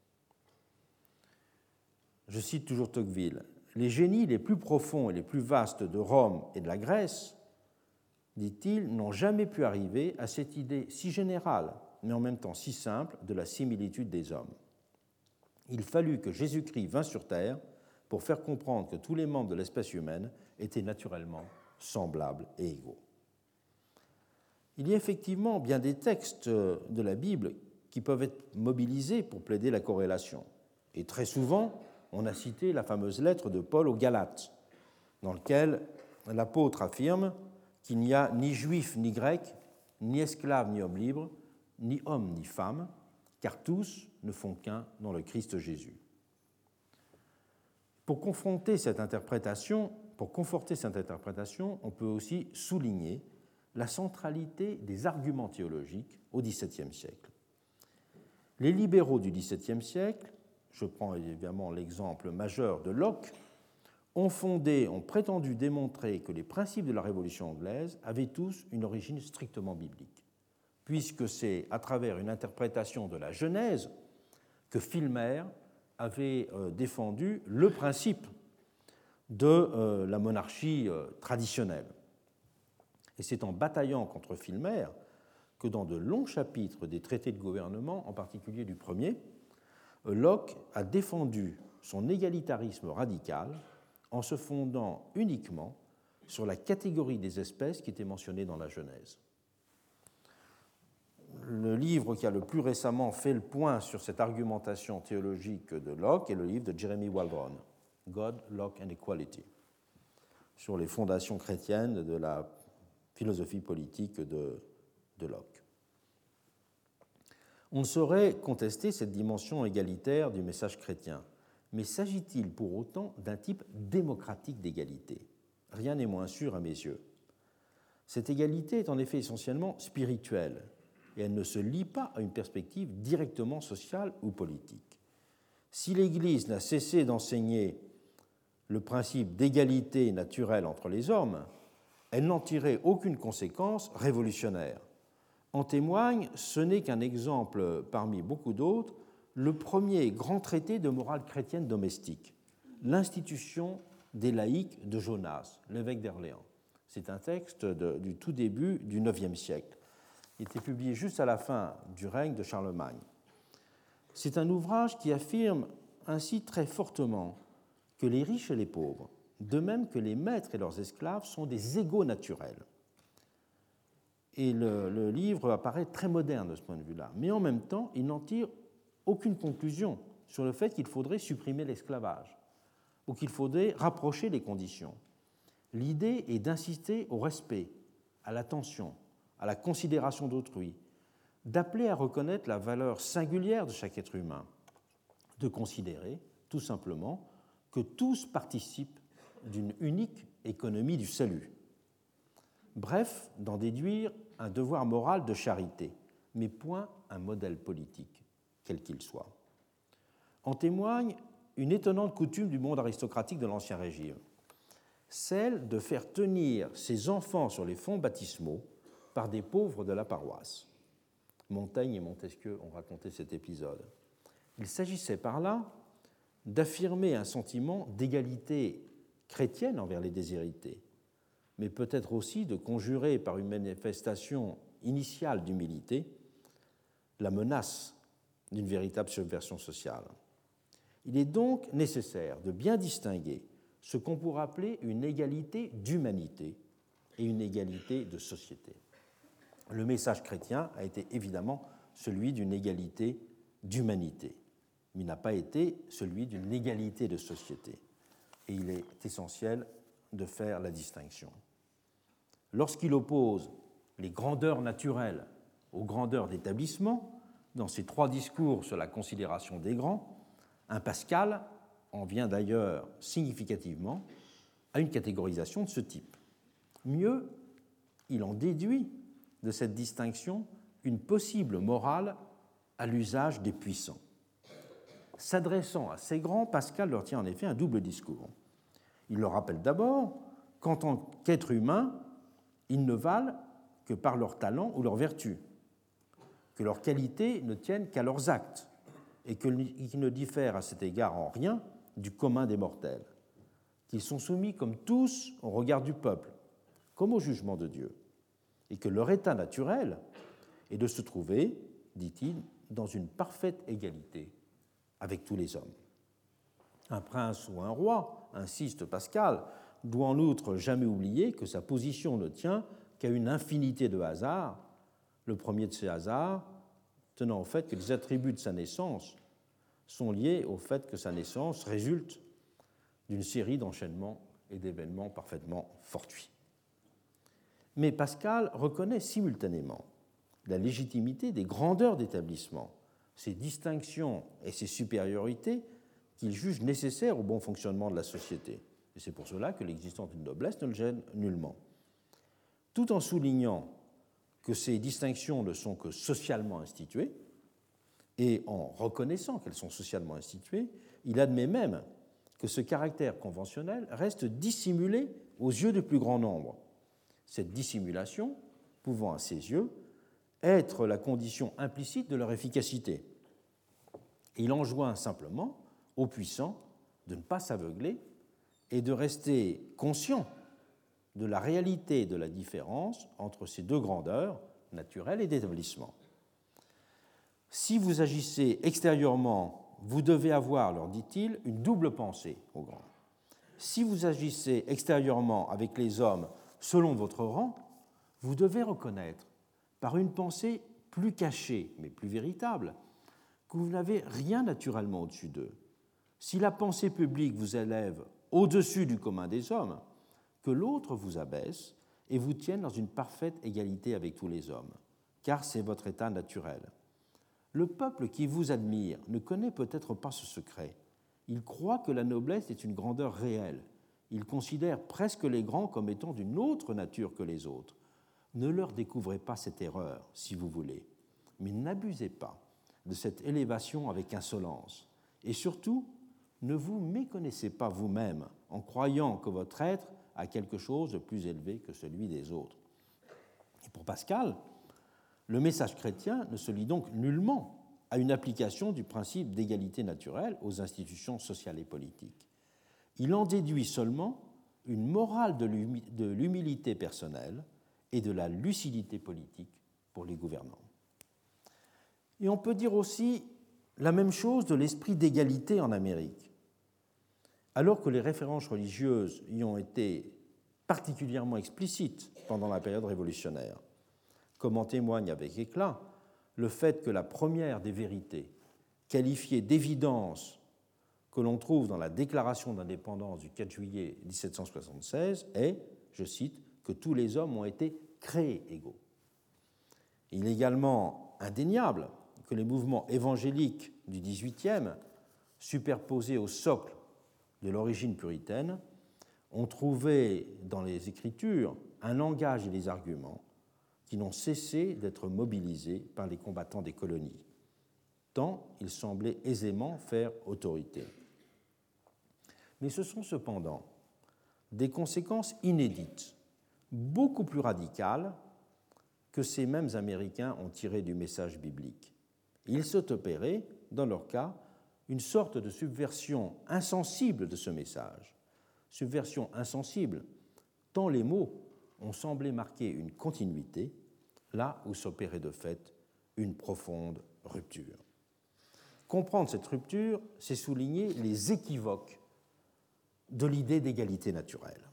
[SPEAKER 2] Je cite toujours Tocqueville, « Les génies les plus profonds et les plus vastes de Rome et de la Grèce, dit-il, n'ont jamais pu arriver à cette idée si générale, mais en même temps si simple, de la similitude des hommes. Il fallut que Jésus-Christ vînt sur terre pour faire comprendre que tous les membres de l'espèce humaine étaient naturellement semblables et égaux. » Il y a effectivement bien des textes de la Bible qui peuvent être mobilisés pour plaider la corrélation. Et très souvent, on a cité la fameuse lettre de Paul aux Galates, dans laquelle l'apôtre affirme qu'il n'y a ni juif ni grec, ni esclave ni homme libre, ni homme ni femme, car tous ne font qu'un dans le Christ Jésus. Pour conforter cette interprétation, on peut aussi souligner la centralité des arguments théologiques au XVIIe siècle. Les libéraux du XVIIe siècle, je prends évidemment l'exemple majeur de Locke, ont prétendu démontrer que les principes de la Révolution anglaise avaient tous une origine strictement biblique, puisque c'est à travers une interprétation de la Genèse que Filmer avait défendu le principe de la monarchie traditionnelle. Et c'est en bataillant contre Filmer que dans de longs chapitres des traités de gouvernement, en particulier du premier, Locke a défendu son égalitarisme radical en se fondant uniquement sur la catégorie des espèces qui était mentionnée dans la Genèse. Le livre qui a le plus récemment fait le point sur cette argumentation théologique de Locke est le livre de Jeremy Waldron, God, Locke and Equality, sur les fondations chrétiennes de la philosophie politique de Locke. On ne saurait contester cette dimension égalitaire du message chrétien, mais s'agit-il pour autant d'un type démocratique d'égalité? Rien n'est moins sûr à mes yeux. Cette égalité est en effet essentiellement spirituelle, et elle ne se lie pas à une perspective directement sociale ou politique. Si l'Église n'a cessé d'enseigner le principe d'égalité naturelle entre les hommes, elle n'en tirait aucune conséquence révolutionnaire. En témoigne, ce n'est qu'un exemple parmi beaucoup d'autres, le premier grand traité de morale chrétienne domestique, l'institution des laïcs de Jonas, l'évêque d'Orléans. C'est un texte du tout début du IXe siècle. Il était publié juste à la fin du règne de Charlemagne. C'est un ouvrage qui affirme ainsi très fortement que les riches et les pauvres, de même que les maîtres et leurs esclaves, sont des égaux naturels. Et le livre apparaît très moderne de ce point de vue-là. Mais en même temps, il n'en tire aucune conclusion sur le fait qu'il faudrait supprimer l'esclavage ou qu'il faudrait rapprocher les conditions. L'idée est d'insister au respect, à l'attention, à la considération d'autrui, d'appeler à reconnaître la valeur singulière de chaque être humain, de considérer, tout simplement, que tous participent d'une unique économie du salut. Bref, d'en déduire un devoir moral de charité, mais point un modèle politique, quel qu'il soit. En témoigne une étonnante coutume du monde aristocratique de l'Ancien Régime, celle de faire tenir ses enfants sur les fonts baptismaux par des pauvres de la paroisse. Montaigne et Montesquieu ont raconté cet épisode. Il s'agissait par là d'affirmer un sentiment d'égalité chrétienne envers les déshérités, mais peut-être aussi de conjurer par une manifestation initiale d'humilité la menace d'une véritable subversion sociale. Il est donc nécessaire de bien distinguer ce qu'on pourrait appeler une égalité d'humanité et une égalité de société. Le message chrétien a été évidemment celui d'une égalité d'humanité, mais il n'a pas été celui d'une égalité de société. Et il est essentiel de faire la distinction. Lorsqu'il oppose les grandeurs naturelles aux grandeurs d'établissement, dans ses 3 discours sur la considération des grands, un Pascal en vient d'ailleurs significativement à une catégorisation de ce type. Mieux, il en déduit de cette distinction une possible morale à l'usage des puissants. S'adressant à ces grands, Pascal leur tient en effet un double discours. Il leur rappelle d'abord qu'en tant qu'êtres humains, ils ne valent que par leur talent ou leur vertu, que leurs qualités ne tiennent qu'à leurs actes et qu'ils ne diffèrent à cet égard en rien du commun des mortels, qu'ils sont soumis comme tous au regard du peuple, comme au jugement de Dieu, et que leur état naturel est de se trouver, dit-il, dans une parfaite égalité avec tous les hommes. Un prince ou un roi, insiste Pascal, doit en outre jamais oublier que sa position ne tient qu'à une infinité de hasards, le premier de ces hasards tenant au fait que les attributs de sa naissance sont liés au fait que sa naissance résulte d'une série d'enchaînements et d'événements parfaitement fortuits. Mais Pascal reconnaît simultanément la légitimité des grandeurs d'établissement, ces distinctions et ces supériorités qu'il juge nécessaires au bon fonctionnement de la société. Et c'est pour cela que l'existence d'une noblesse ne le gêne nullement. Tout en soulignant que ces distinctions ne sont que socialement instituées, et en reconnaissant qu'elles sont socialement instituées, il admet même que ce caractère conventionnel reste dissimulé aux yeux du plus grand nombre, cette dissimulation pouvant à ses yeux être la condition implicite de leur efficacité. Et il enjoint simplement aux puissants de ne pas s'aveugler et de rester conscients de la réalité de la différence entre ces 2 grandeurs, naturelles et d'établissement. Si vous agissez extérieurement, vous devez avoir, leur dit-il, une double pensée aux grands. Si vous agissez extérieurement avec les hommes selon votre rang, vous devez reconnaître, par une pensée plus cachée mais plus véritable, que vous n'avez rien naturellement au-dessus d'eux. Si la pensée publique vous élève au-dessus du commun des hommes, que l'autre vous abaisse et vous tienne dans une parfaite égalité avec tous les hommes, car c'est votre état naturel. Le peuple qui vous admire ne connaît peut-être pas ce secret. Il croit que la noblesse est une grandeur réelle. Il considère presque les grands comme étant d'une autre nature que les autres. Ne leur découvrez pas cette erreur, si vous voulez, mais n'abusez pas de cette élévation avec insolence. Et surtout, ne vous méconnaissez pas vous-même en croyant que votre être a quelque chose de plus élevé que celui des autres. Et pour Pascal, le message chrétien ne se lie donc nullement à une application du principe d'égalité naturelle aux institutions sociales et politiques. il en déduit seulement une morale de l'humilité personnelle et de la lucidité politique pour les gouvernants. Et on peut dire aussi la même chose de l'esprit d'égalité en Amérique. Alors que les références religieuses y ont été particulièrement explicites pendant la période révolutionnaire, comme en témoigne avec éclat le fait que la première des vérités, qualifiée d'évidence que l'on trouve dans la Déclaration d'indépendance du 4 juillet 1776 est, je cite, que tous les hommes ont été créés égaux. Il est également indéniable que les mouvements évangéliques du XVIIIe, superposés au socle de l'origine puritaine, ont trouvé dans les Écritures un langage et des arguments qui n'ont cessé d'être mobilisés par les combattants des colonies, tant ils semblaient aisément faire autorité. Mais ce sont cependant des conséquences inédites, beaucoup plus radicales que ces mêmes Américains ont tirées du message biblique. Il s'est opéré, dans leur cas, une sorte de subversion insensible de ce message. Subversion insensible, tant les mots ont semblé marquer une continuité, là où s'opérait de fait une profonde rupture. Comprendre cette rupture, c'est souligner les équivoques de l'idée d'égalité naturelle.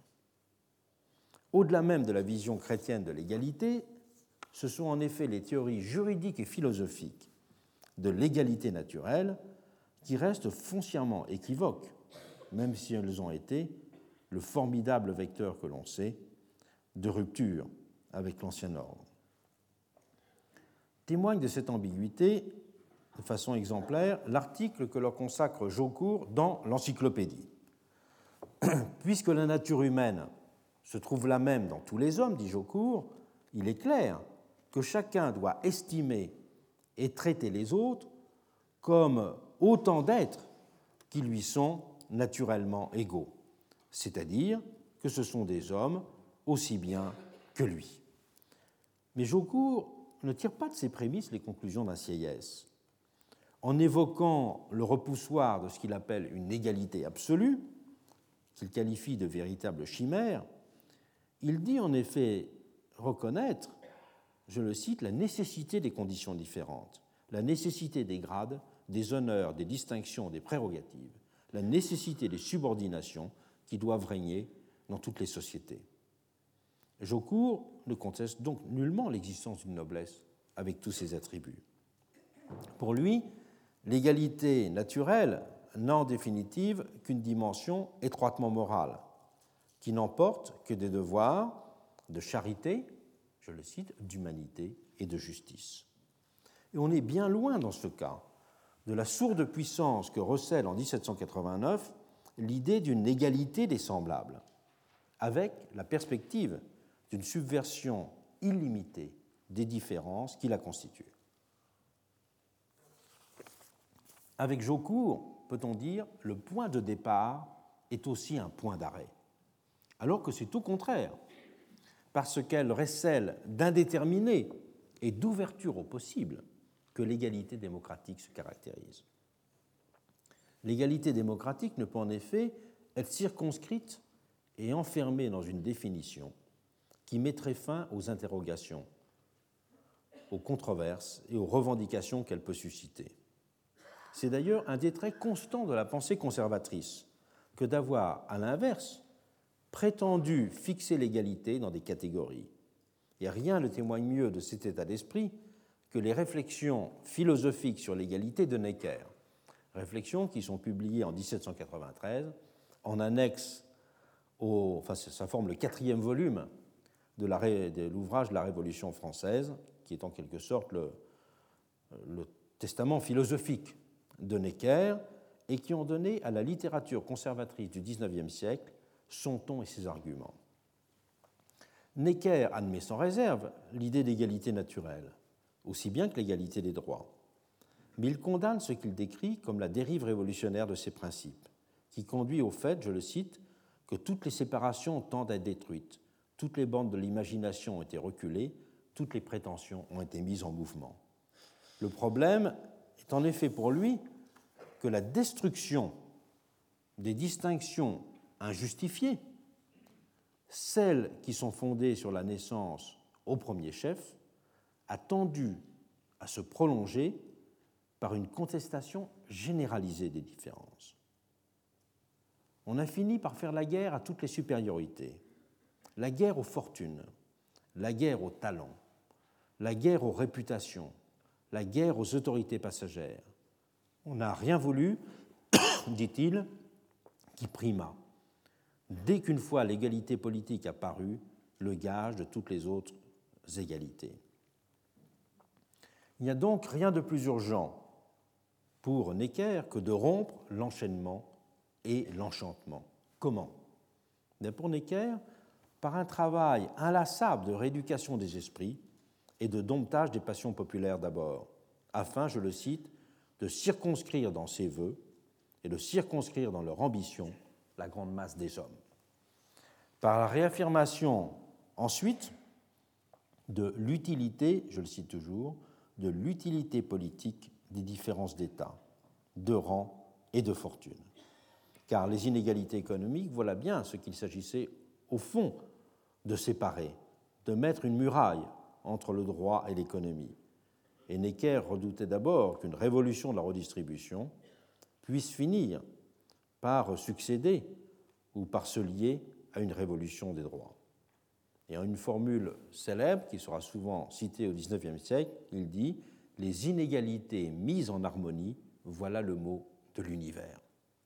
[SPEAKER 2] Au-delà même de la vision chrétienne de l'égalité, ce sont en effet les théories juridiques et philosophiques de l'égalité naturelle qui restent foncièrement équivoques, même si elles ont été le formidable vecteur que l'on sait de rupture avec l'ancien ordre. Témoigne de cette ambiguïté, de façon exemplaire, l'article que leur consacre Jaucourt dans l'Encyclopédie. Puisque la nature humaine se trouve la même dans tous les hommes, dit Jaucourt, il est clair que chacun doit estimer et traiter les autres comme autant d'êtres qui lui sont naturellement égaux, c'est-à-dire que ce sont des hommes aussi bien que lui. Mais Jaucourt ne tire pas de ces prémices les conclusions d'un Sieyès. En évoquant le repoussoir de ce qu'il appelle une égalité absolue, qu'il qualifie de véritable chimère, il dit en effet reconnaître, je le cite, la nécessité des conditions différentes, la nécessité des grades, des honneurs, des distinctions, des prérogatives, la nécessité des subordinations qui doivent régner dans toutes les sociétés. Jaucourt ne conteste donc nullement l'existence d'une noblesse avec tous ses attributs. Pour lui, l'égalité naturelle n'a en définitive qu'une dimension étroitement morale, qui n'emporte que des devoirs de charité, je le cite, d'humanité et de justice. Et on est bien loin dans ce cas de la sourde puissance que recèle en 1789 l'idée d'une égalité des semblables, avec la perspective d'une subversion illimitée des différences qui la constituent. Avec Jaucourt, peut-on dire, le point de départ est aussi un point d'arrêt, alors que c'est au contraire, parce qu'elle recèle d'indéterminé et d'ouverture au possible que l'égalité démocratique se caractérise. L'égalité démocratique ne peut en effet être circonscrite et enfermée dans une définition qui mettrait fin aux interrogations, aux controverses et aux revendications qu'elle peut susciter. C'est d'ailleurs un des traits constants de la pensée conservatrice que d'avoir, à l'inverse, prétendu fixer l'égalité dans des catégories. Et rien ne témoigne mieux de cet état d'esprit que les réflexions philosophiques sur l'égalité de Necker, réflexions qui sont publiées en 1793 en annexe ça forme le 4e volume de l'ouvrage de la Révolution française, qui est en quelque sorte le testament philosophique de Necker, et qui ont donné à la littérature conservatrice du XIXe siècle son ton et ses arguments. Necker admet sans réserve l'idée d'égalité naturelle, aussi bien que l'égalité des droits, mais il condamne ce qu'il décrit comme la dérive révolutionnaire de ces principes, qui conduit au fait, je le cite, que toutes les séparations tendent à être détruites, toutes les bandes de l'imagination ont été reculées, toutes les prétentions ont été mises en mouvement. Le problème est en effet pour lui que la destruction des distinctions injustifiées, celles qui sont fondées sur la naissance au premier chef, a tendu à se prolonger par une contestation généralisée des différences. On a fini par faire la guerre à toutes les supériorités, la guerre aux fortunes, la guerre aux talents, la guerre aux réputations, la guerre aux autorités passagères. On n'a rien voulu, dit-il, qui primât. Dès qu'une fois l'égalité politique apparut, le gage de toutes les autres égalités. Il n'y a donc rien de plus urgent pour Necker que de rompre l'enchaînement et l'enchantement. Comment? Pour Necker, par un travail inlassable de rééducation des esprits et de domptage des passions populaires d'abord, afin, je le cite, de circonscrire dans ses vœux et de circonscrire dans leur ambition la grande masse des hommes. Par la réaffirmation, ensuite, de l'utilité, je le cite toujours, de l'utilité politique des différences d'État, de rang et de fortune. Car les inégalités économiques, voilà bien ce qu'il s'agissait au fond de séparer, de mettre une muraille entre le droit et l'économie. Et Necker redoutait d'abord qu'une révolution de la redistribution puisse finir par succéder ou par se lier à une révolution des droits. Et en une formule célèbre qui sera souvent citée au XIXe siècle, il dit « Les inégalités mises en harmonie, voilà le mot de l'univers ».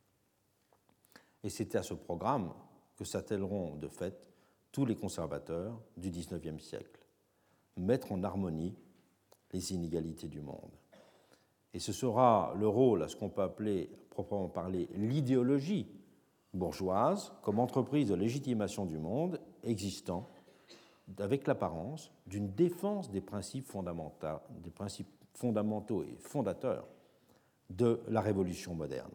[SPEAKER 2] Et c'était à ce programme que s'attelleront de fait tous les conservateurs du XIXe siècle, mettre en harmonie les inégalités du monde. Et ce sera le rôle à ce qu'on peut appeler, à proprement parler, l'idéologie bourgeoise comme entreprise de légitimation du monde existant avec l'apparence d'une défense des principes fondamentaux et fondateurs de la révolution moderne.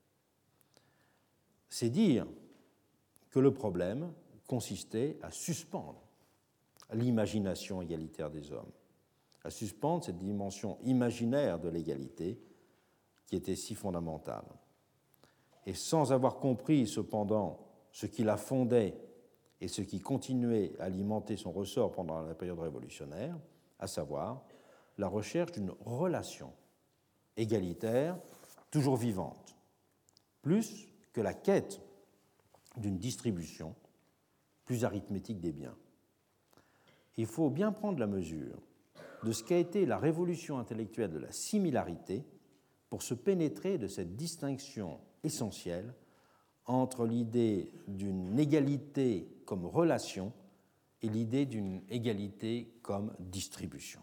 [SPEAKER 2] C'est dire que le problème consistait à suspendre l'imagination égalitaire des hommes, à suspendre cette dimension imaginaire de l'égalité qui était si fondamentale. Et sans avoir compris cependant ce qui la fondait et ce qui continuait à alimenter son ressort pendant la période révolutionnaire, à savoir la recherche d'une relation égalitaire toujours vivante, plus que la quête d'une distribution plus arithmétique des biens. Il faut bien prendre la mesure de ce qu'a été la révolution intellectuelle de la similarité pour se pénétrer de cette distinction essentielle entre l'idée d'une égalité comme relation et l'idée d'une égalité comme distribution.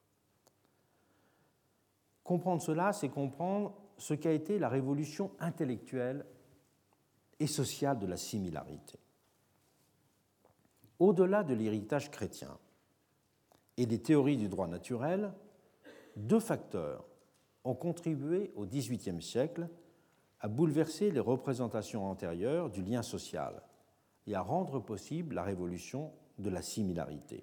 [SPEAKER 2] Comprendre cela, c'est comprendre ce qu'a été la révolution intellectuelle et sociale de la similarité. Au-delà de l'héritage chrétien et des théories du droit naturel, deux facteurs ont contribué au XVIIIe siècle à bouleverser les représentations antérieures du lien social et à rendre possible la révolution de la similarité.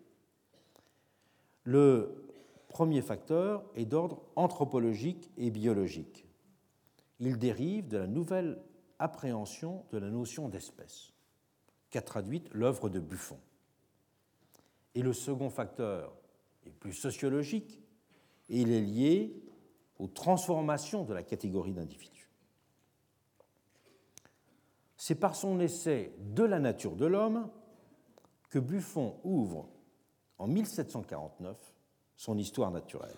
[SPEAKER 2] Le premier facteur est d'ordre anthropologique et biologique. Il dérive de la nouvelle appréhension de la notion d'espèce, qu'a traduite l'œuvre de Buffon. Et le second facteur est plus sociologique et il est lié aux transformations de la catégorie d'individus. C'est par son essai de la nature de l'homme que Buffon ouvre en 1749 son histoire naturelle.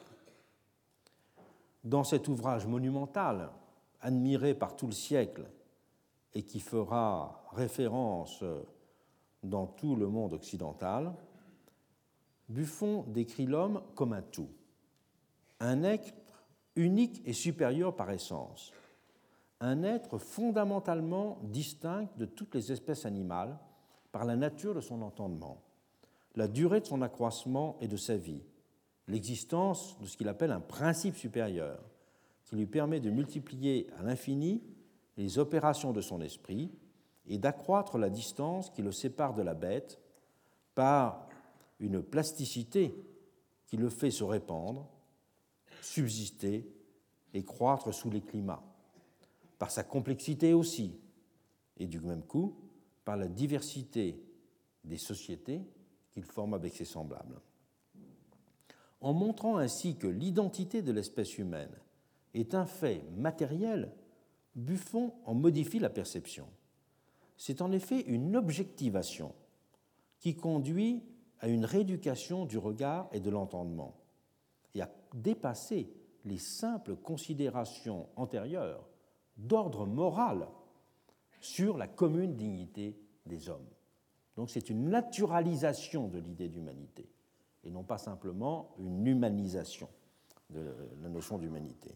[SPEAKER 2] Dans cet ouvrage monumental, admiré par tout le siècle et qui fera référence dans tout le monde occidental, Buffon décrit l'homme comme un tout, un être unique et supérieur par essence, un être fondamentalement distinct de toutes les espèces animales par la nature de son entendement, la durée de son accroissement et de sa vie, l'existence de ce qu'il appelle un principe supérieur qui lui permet de multiplier à l'infini les opérations de son esprit et d'accroître la distance qui le sépare de la bête par une plasticité qui le fait se répandre, subsister et croître sous les climats, par sa complexité aussi, et du même coup, par la diversité des sociétés qu'il forme avec ses semblables. En montrant ainsi que l'identité de l'espèce humaine est un fait matériel, Buffon en modifie la perception. C'est en effet une objectivation qui conduit à une rééducation du regard et de l'entendement et à dépasser les simples considérations antérieures d'ordre moral sur la commune dignité des hommes. Donc c'est une naturalisation de l'idée d'humanité et non pas simplement une humanisation de la notion d'humanité.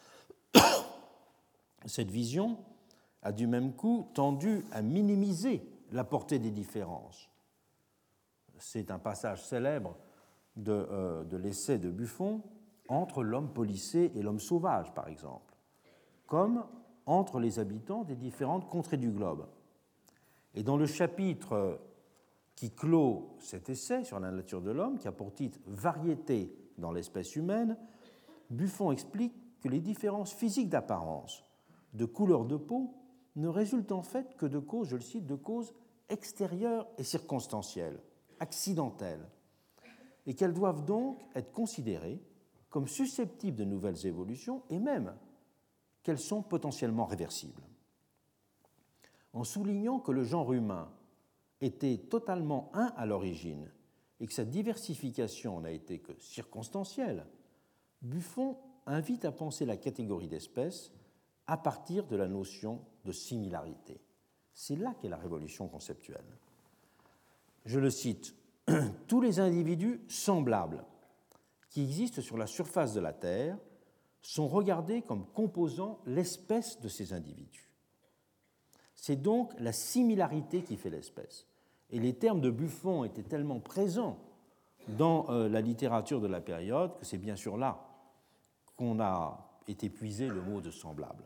[SPEAKER 2] Cette vision a du même coup tendu à minimiser la portée des différences. C'est un passage célèbre de l'essai de Buffon entre l'homme policé et l'homme sauvage, par exemple, comme entre les habitants des différentes contrées du globe. Et dans le chapitre qui clôt cet essai sur la nature de l'homme, qui a pour titre « Variété dans l'espèce humaine », Buffon explique que les différences physiques d'apparence, de couleur de peau, ne résultent en fait que de causes, je le cite, de causes extérieures et circonstancielles, accidentelles, et qu'elles doivent donc être considérées comme susceptibles de nouvelles évolutions et même qu'elles sont potentiellement réversibles. En soulignant que le genre humain était totalement un à l'origine et que sa diversification n'a été que circonstancielle, Buffon invite à penser la catégorie d'espèces à partir de la notion de similarité. C'est là qu'est la révolution conceptuelle. Je le cite, « Tous les individus semblables qui existent sur la surface de la Terre sont regardés comme composant l'espèce de ces individus. C'est donc la similarité qui fait l'espèce. » Et les termes de Buffon étaient tellement présents dans la littérature de la période que c'est bien sûr là qu'on a été puisé le mot de semblable.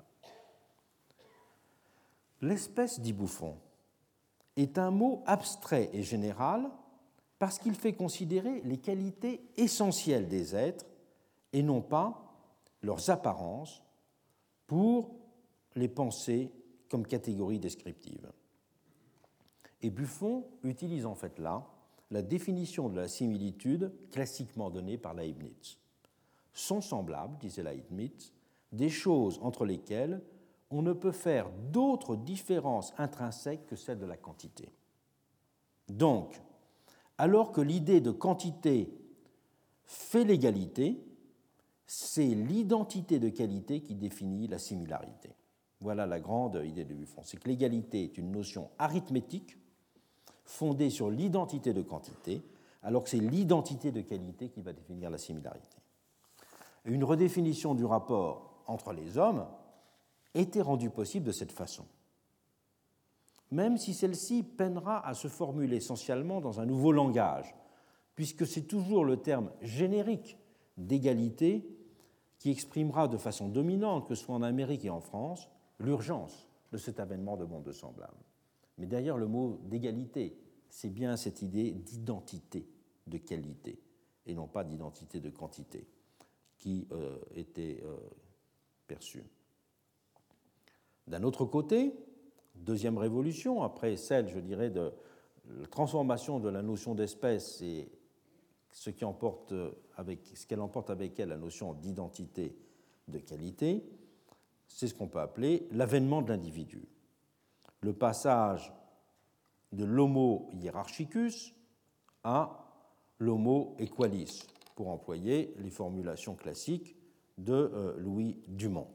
[SPEAKER 2] L'espèce, dit Buffon, est un mot abstrait et général parce qu'il fait considérer les qualités essentielles des êtres et non pas leurs apparences pour les penser comme catégorie descriptive. Et Buffon utilise en fait là la définition de la similitude classiquement donnée par Leibniz. Sont semblables, disait Leibniz, des choses entre lesquelles on ne peut faire d'autres différences intrinsèques que celle de la quantité. Donc, alors que l'idée de quantité fait l'égalité, c'est l'identité de qualité qui définit la similarité. Voilà la grande idée de Buffon, c'est que l'égalité est une notion arithmétique fondée sur l'identité de quantité, alors que c'est l'identité de qualité qui va définir la similarité. Une redéfinition du rapport entre les hommes était rendue possible de cette façon, même si celle-ci peinera à se formuler essentiellement dans un nouveau langage, puisque c'est toujours le terme générique d'égalité qui exprimera de façon dominante, que ce soit en Amérique et en France, l'urgence de cet avènement de monde semblable. Mais derrière le mot d'égalité, c'est bien cette idée d'identité de qualité, et non pas d'identité de quantité, qui était perçue. D'un autre côté, deuxième révolution, après celle, je dirais, de la transformation de la notion d'espèce et ce qu'elle emporte avec elle la notion d'identité de qualité, c'est ce qu'on peut appeler l'avènement de l'individu. Le passage de l'homo hierarchicus à l'homo equalis, pour employer les formulations classiques de Louis Dumont.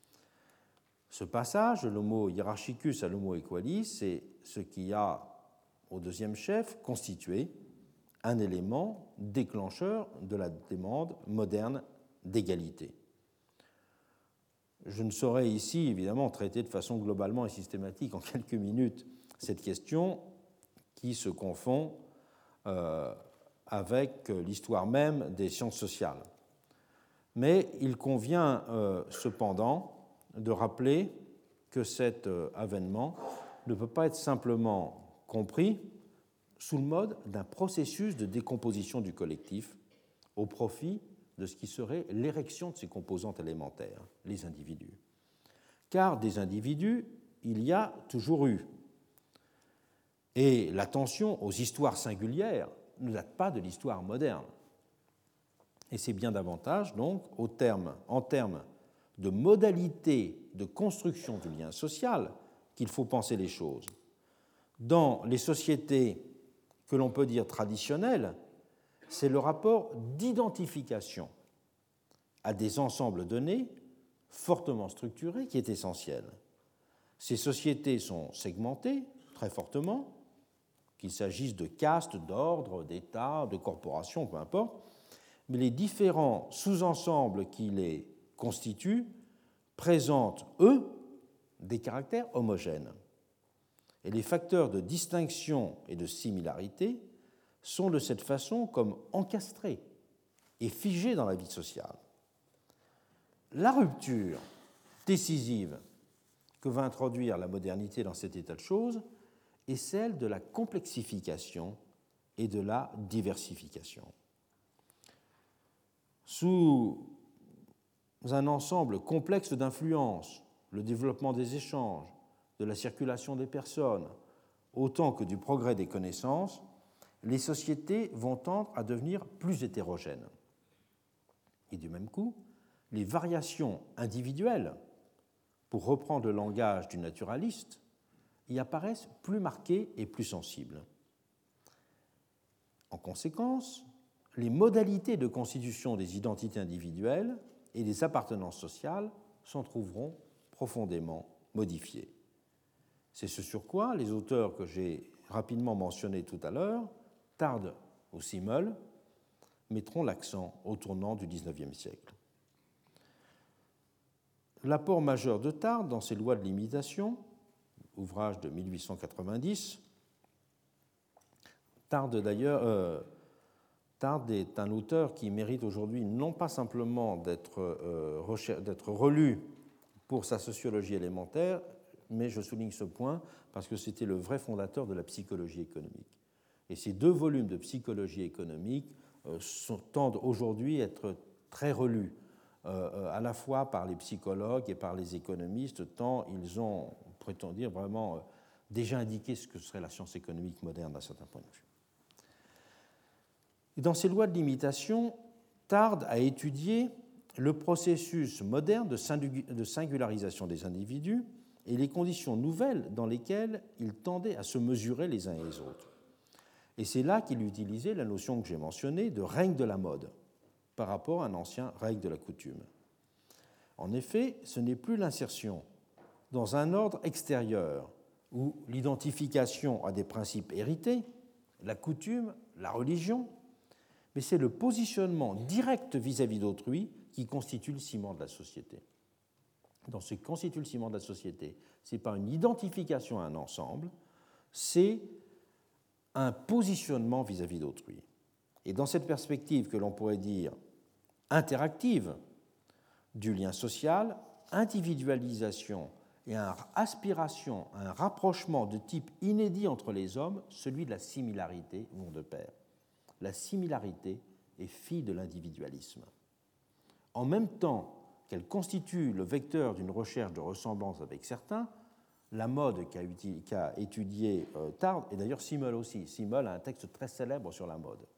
[SPEAKER 2] Ce passage de l'homo hierarchicus à l'homo equalis, c'est ce qui a, au deuxième chef, constitué un élément déclencheur de la demande moderne d'égalité. Je ne saurais ici, évidemment, traiter de façon globalement et systématique en quelques minutes cette question qui se confond avec l'histoire même des sciences sociales. Mais il convient cependant de rappeler que cet avènement ne peut pas être simplement compris sous le mode d'un processus de décomposition du collectif au profit de ce qui serait l'érection de ses composantes élémentaires, les individus. Car des individus, il y a toujours eu. Et l'attention aux histoires singulières ne date pas de l'histoire moderne. Et c'est bien davantage, donc, en termes de modalités de construction du lien social qu'il faut penser les choses. Dans les sociétés que l'on peut dire traditionnelles, c'est le rapport d'identification à des ensembles donnés fortement structurés qui est essentiel. Ces sociétés sont segmentées très fortement, qu'il s'agisse de castes, d'ordres, d'États, de corporations, peu importe, mais les différents sous-ensembles qui les constituent présentent, eux, des caractères homogènes. Et les facteurs de distinction et de similarité sont de cette façon comme encastrés et figés dans la vie sociale. La rupture décisive que va introduire la modernité dans cet état de choses est celle de la complexification et de la diversification. Sous un ensemble complexe d'influences, le développement des échanges, de la circulation des personnes, autant que du progrès des connaissances, les sociétés vont tendre à devenir plus hétérogènes. Et du même coup, les variations individuelles, pour reprendre le langage du naturaliste, y apparaissent plus marquées et plus sensibles. En conséquence, les modalités de constitution des identités individuelles et des appartenances sociales s'en trouveront profondément modifiées. C'est ce sur quoi les auteurs que j'ai rapidement mentionnés tout à l'heure, Tarde ou Simmel, mettront l'accent au tournant du XIXe siècle. L'apport majeur de Tarde dans ses lois de l'imitation, ouvrage de 1890, Tarde est un auteur qui mérite aujourd'hui non pas simplement d'être relu pour sa sociologie élémentaire, mais je souligne ce point parce que c'était le vrai fondateur de la psychologie économique. Et ces 2 volumes de psychologie économique tendent aujourd'hui à être très relus, à la fois par les psychologues et par les économistes, tant ils ont, pourrait-on dire, vraiment déjà indiqué ce que serait la science économique moderne d'un certain point de vue. Et dans ces lois de l'imitation, Tarde a étudié le processus moderne de singularisation des individus et les conditions nouvelles dans lesquelles ils tendaient à se mesurer les uns et les autres. Et c'est là qu'il utilisait la notion que j'ai mentionnée de règne de la mode par rapport à un ancien règne de la coutume. En effet, ce n'est plus l'insertion dans un ordre extérieur ou l'identification à des principes hérités, la coutume, la religion, mais c'est le positionnement direct vis-à-vis d'autrui qui constitue le ciment de la société. Dans ce qui constitue le ciment de la société, ce n'est pas une identification à un ensemble, c'est un positionnement vis-à-vis d'autrui. Et dans cette perspective que l'on pourrait dire interactive du lien social, individualisation et aspiration à un rapprochement de type inédit entre les hommes, celui de la similarité, vont de pair. La similarité est fille de l'individualisme. En même temps qu'elle constitue le vecteur d'une recherche de ressemblance avec certains, la mode qu'a étudié Tarde, et d'ailleurs Simmel aussi. Simmel a un texte très célèbre sur la mode.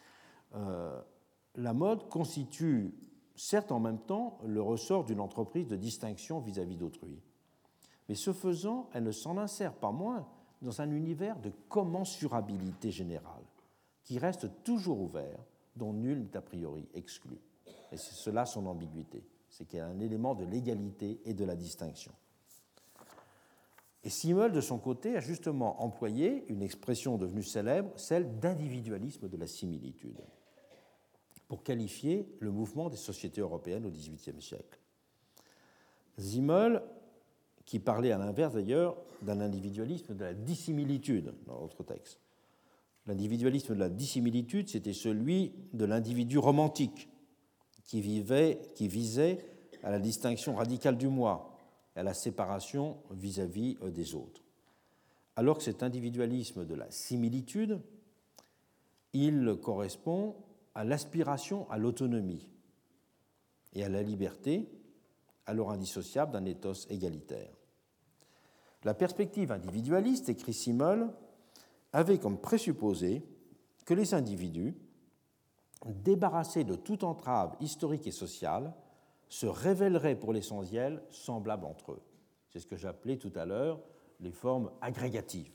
[SPEAKER 2] La mode constitue, certes en même temps, le ressort d'une entreprise de distinction vis-à-vis d'autrui. Mais ce faisant, elle ne s'en insère pas moins dans un univers de commensurabilité générale, qui reste toujours ouvert, dont nul n'est a priori exclu. Et c'est cela son ambiguïté, c'est qu'il y a un élément de l'égalité et de la distinction. Et Simmel, de son côté, a justement employé une expression devenue célèbre, celle d'individualisme de la similitude, pour qualifier le mouvement des sociétés européennes au XVIIIe siècle. Simmel, qui parlait à l'inverse d'ailleurs d'un individualisme de la dissimilitude dans l'autre texte. L'individualisme de la dissimilitude, c'était celui de l'individu romantique qui visait à la distinction radicale du moi, à la séparation vis-à-vis des autres. Alors que cet individualisme de la similitude, il correspond à l'aspiration à l'autonomie et à la liberté, alors indissociable d'un ethos égalitaire. La perspective individualiste, écrit Simmel, avait comme présupposé que les individus, débarrassés de toute entrave historique et sociale, se révéleraient pour l'essentiel semblables entre eux. C'est ce que j'appelais tout à l'heure les formes agrégatives.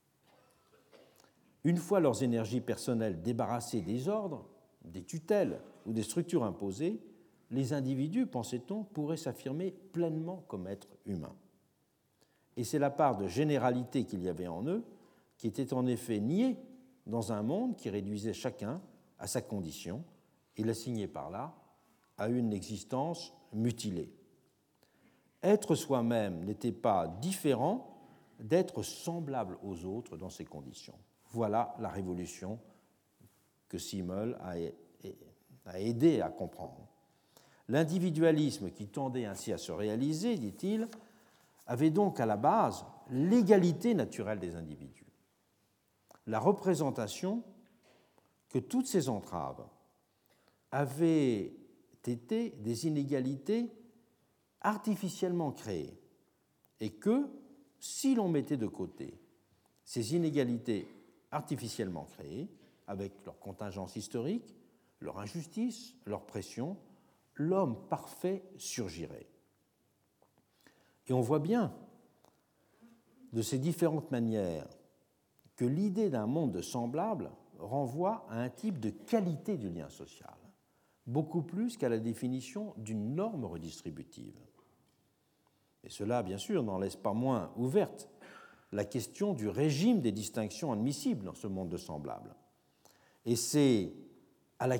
[SPEAKER 2] Une fois leurs énergies personnelles débarrassées des ordres, des tutelles ou des structures imposées, les individus, pensait-on, pourraient s'affirmer pleinement comme êtres humains. Et c'est la part de généralité qu'il y avait en eux qui était en effet niée dans un monde qui réduisait chacun à sa condition et l'assignait par là à une existence mutilée. Être soi-même n'était pas différent d'être semblable aux autres dans ces conditions. Voilà la révolution que Simmel a aidé à comprendre. L'individualisme qui tendait ainsi à se réaliser, dit-il, avait donc à la base l'égalité naturelle des individus. La représentation que toutes ces entraves avaient été des inégalités artificiellement créées et que, si l'on mettait de côté ces inégalités artificiellement créées, avec leur contingence historique, leur injustice, leur pression, l'homme parfait surgirait. Et on voit bien de ces différentes manières que l'idée d'un monde semblable renvoie à un type de qualité du lien social, beaucoup plus qu'à la définition d'une norme redistributive. Et cela, bien sûr, n'en laisse pas moins ouverte la question du régime des distinctions admissibles dans ce monde de semblables. Et c'est à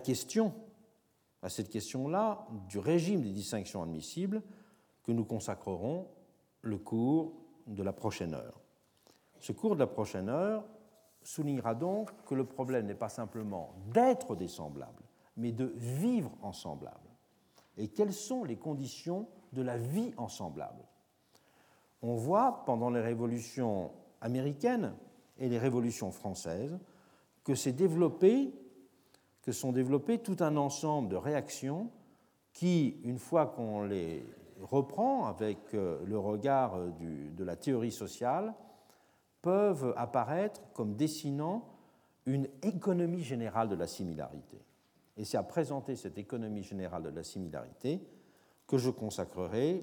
[SPEAKER 2] cette question-là, du régime des distinctions admissibles, que nous consacrerons le cours de la prochaine heure. Ce cours de la prochaine heure soulignera donc que le problème n'est pas simplement d'être des semblables, mais de vivre en semblables. Et quelles sont les conditions de la vie en semblable? On voit, pendant les révolutions américaines et les révolutions françaises, que sont développées tout un ensemble de réactions qui, une fois qu'on les reprend avec le regard de la théorie sociale, peuvent apparaître comme dessinant une économie générale de la similarité. Et c'est à présenter cette économie générale de la similarité que je consacrerai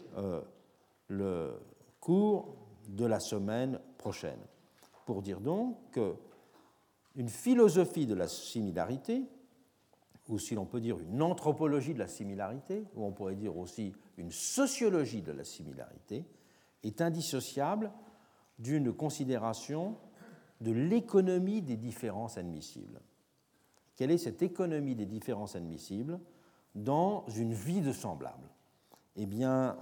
[SPEAKER 2] le cours de la semaine prochaine, pour dire donc qu'une philosophie de la similarité, ou si l'on peut dire une anthropologie de la similarité, ou on pourrait dire aussi une sociologie de la similarité, est indissociable d'une considération de l'économie des différences admissibles. Quelle est cette économie des différences admissibles dans une vie de semblable? Eh bien,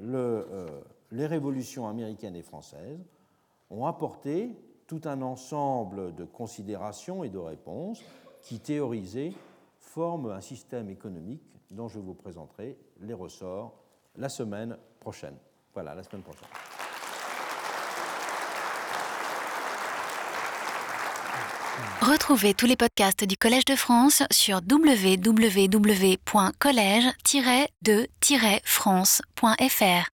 [SPEAKER 2] les révolutions américaines et françaises ont apporté tout un ensemble de considérations et de réponses qui, théorisées, forment un système économique dont je vous présenterai les ressorts la semaine prochaine. Voilà, la semaine prochaine.
[SPEAKER 1] Retrouvez tous les podcasts du Collège de France sur www.collège-de-france.fr.